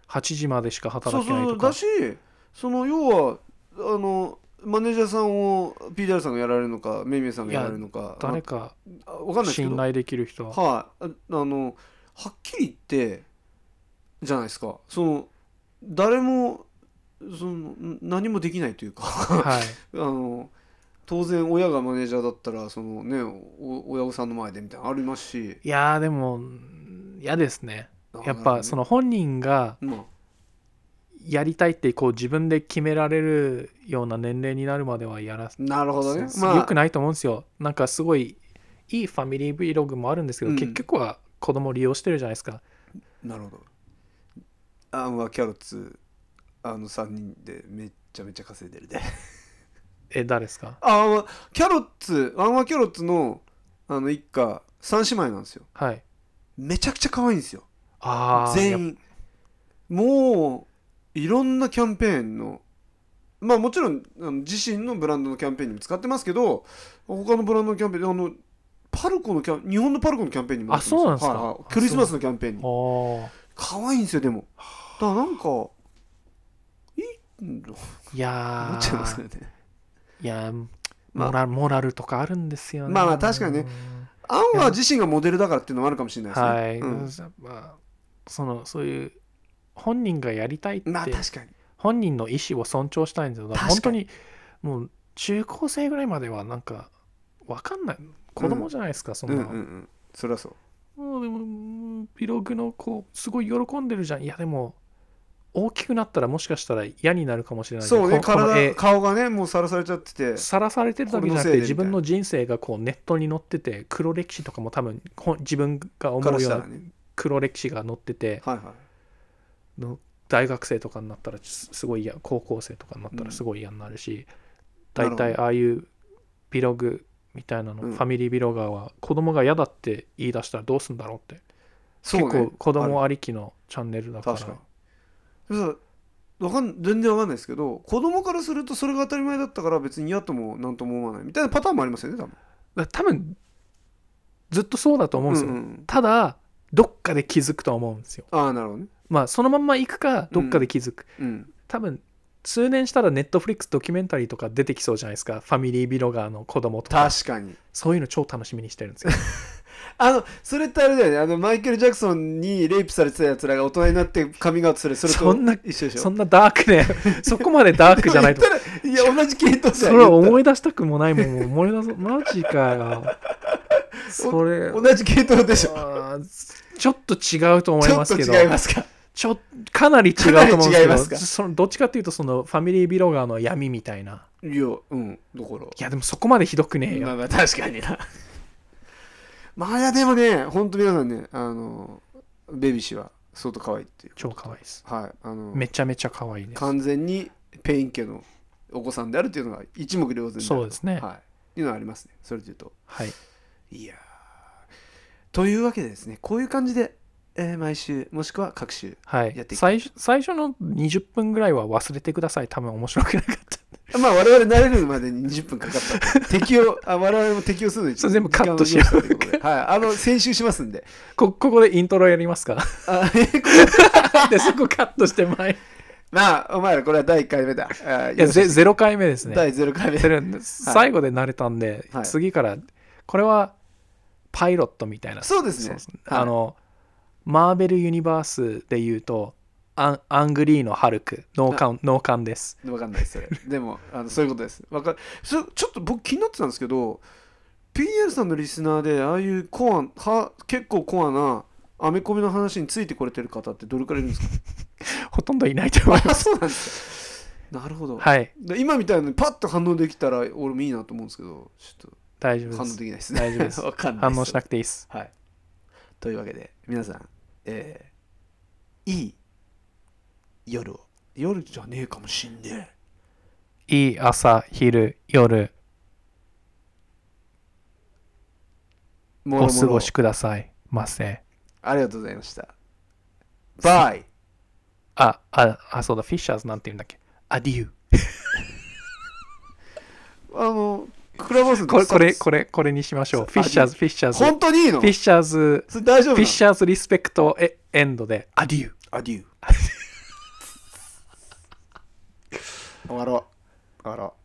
はちじまでしかそう働けないとか。 そうだし、その要はあのマネージャーさんを ピーディーアール さんがやられるのかめいめいさんがやられるのか誰かまあ、わかんないですけど信頼できる人は、 はい、あ、あのはっきり言ってじゃないですか、その誰もその何もできないというか、 はい、 あの当然親がマネージャーだったらそのねお親御さんの前でみたいなのありますし、 いやーでも嫌ですね。やっぱその本人がまあやりたいってこう自分で決められるような年齢になるまではやらなるほどね、 まあ、よくないと思うんですよ。なんかすごいいいファミリー Vlog もあるんですけど、 うん、 結局は子供を利用してるじゃないですか。 なるほど。アンはキャロッツあのさんにんでめっちゃめちゃ稼いでるでえ誰ですか？ あキャロッツアンはキャロッツのあの一家さん姉妹なんですよ。 はい。 めちゃくちゃ可愛いんですよ。 あ全員もういろんなキャンペーンのまあもちろんあの自身のブランドのキャンペーンにも使ってますけど、他のブランドのキャンペーンであのパルコのキャン日本のパルコのキャンペーンにもあそうなんですか、 はいはい、クリスマスのキャンペーンにあ可愛いんですよ。でもだからなんかいいんだいや思っちゃいますよね。 いやまあモラル、モラルとかあるんですよね。 まあまあ確かにね、アンは自身がモデルだからっていうのもあるかもしれないですね。 はい、 うん、 まあ、そのそういう本人がやりたいってまあ確かに本人の意思を尊重したいんですよ。だから本当にもう中高生ぐらいまではなんか分かんない子供じゃないですか、うん、そんな、 うんうんうん、そりゃそう。 もうでもビログの子すごい喜んでるじゃん。いやでも大きくなったらもしかしたら嫌になるかもしれない。 そうね、 ここの体顔がねもうさらされちゃっててさらされてるだけじゃなくて自分の人生がこうネットに載ってて黒歴史とかも多分自分が思うような黒歴史が載ってて、 はいはい、 の大学生とかになったらすごい嫌、高校生とかになったらすごい嫌になるし、だいたいああいうビログみたいなの、うん、ファミリービロガーは子供が嫌だって言い出したらどうするんだろうって、そうね、結構子供ありきのチャンネルだから。確かにわかん全然わかんないですけど、子供からするとそれが当たり前だったから別に嫌とも何とも思わないみたいなパターンもありますよね多分。 多分ずっとそうだと思うんですよ、うんうん、ただどっかで気づくと思うんですよ。 ああなるほどね。 まあそのまんま行くかどっかで気づく、うんうん、多分数年したらネットフリックスドキュメンタリーとか出てきそうじゃないですか。ファミリービロガーの子供とか。 確かにそういうの超楽しみにしてるんですよあのそれってあれだよね、あのマイケル・ジャクソンにレイプされてたやつらが大人になってカミングアウトする、それと一緒でしょ。 そんなダークねそこまでダークじゃないといや同じ系統じゃん。 それは思い出したくもないもん。思い出そうマジかよそれ同じ系統でしょ。 ちょっと違うと思いますけど。 ちょっと違いますか。 ちょかなり違うと思うんですけど、そのどっちかっていうとそのファミリービロガーの闇みたいな。 いやうんだからいやでもそこまでひどくねえよ。 まあまあ確かになまあいやでもね本当皆さんね、あのベビー氏は相当可愛いっていう。 超可愛いです。 はい、あのめちゃめちゃ可愛いです。 完全にペイン家のお子さんであるっていうのが一目瞭然である。 そうですね。 はい。いうのはありますね。それでいうと。 はい。 いやというわけでですね、こういう感じで、えー、毎週もしくは各週やっていく、はい、 最初最初のにじゅっぷんぐらいは忘れてください。多分面白くなかったまあ我々慣れるまでににじゅっぷんかかった適応あ我々も適応するのにそれ全部カットしようはい、あの編集しますんでこここでイントロやりますかあでそこカットして前まあお前らこれはだいいっかいめだ。 あいやゼゼロかいめですね。 だいゼロかいめ最後で慣れたんで、はい、次からこれはパイロットみたいな。 そうですね。 そうですね、はい、あのマーベルユニバースでいうとアン, アングリーのハルクノーカンノーカンです。 わかんないですそれでもあのそういうことです。わかそちょっと僕気になってたんですけど ピーエル さんのリスナーでああいうコアは結構コアなアメコミの話についてこれてる方ってどれくらいいるんですかほとんどいないと思います。 そうなんですか。なるほど。 はい。 今みたいにパッと反応できたら俺もいいなと思うんですけどちょっと大丈夫です。 反応できないですね。 大丈夫です。 わかんないです。 反応しなくていいです。 はい。というわけで皆さん、えー、いい夜を夜じゃねえかもしんねえ。いい朝昼夜もろもろお過ごしくださいませ。 ありがとうございました。バイ。 あ、あ、あ、そうだ、フィッシャーズなんて言うんだっけ。アデュー。 あの、クラブハウスこれ、これ、これ、これにしましょう。フィッシャーズ、フィッシャーズ。 本当にいいの？ フィッシャーズ、 それ大丈夫？ フィッシャーズリスペクトエンドで、アデュー。 アデュー。 終わろう終わろ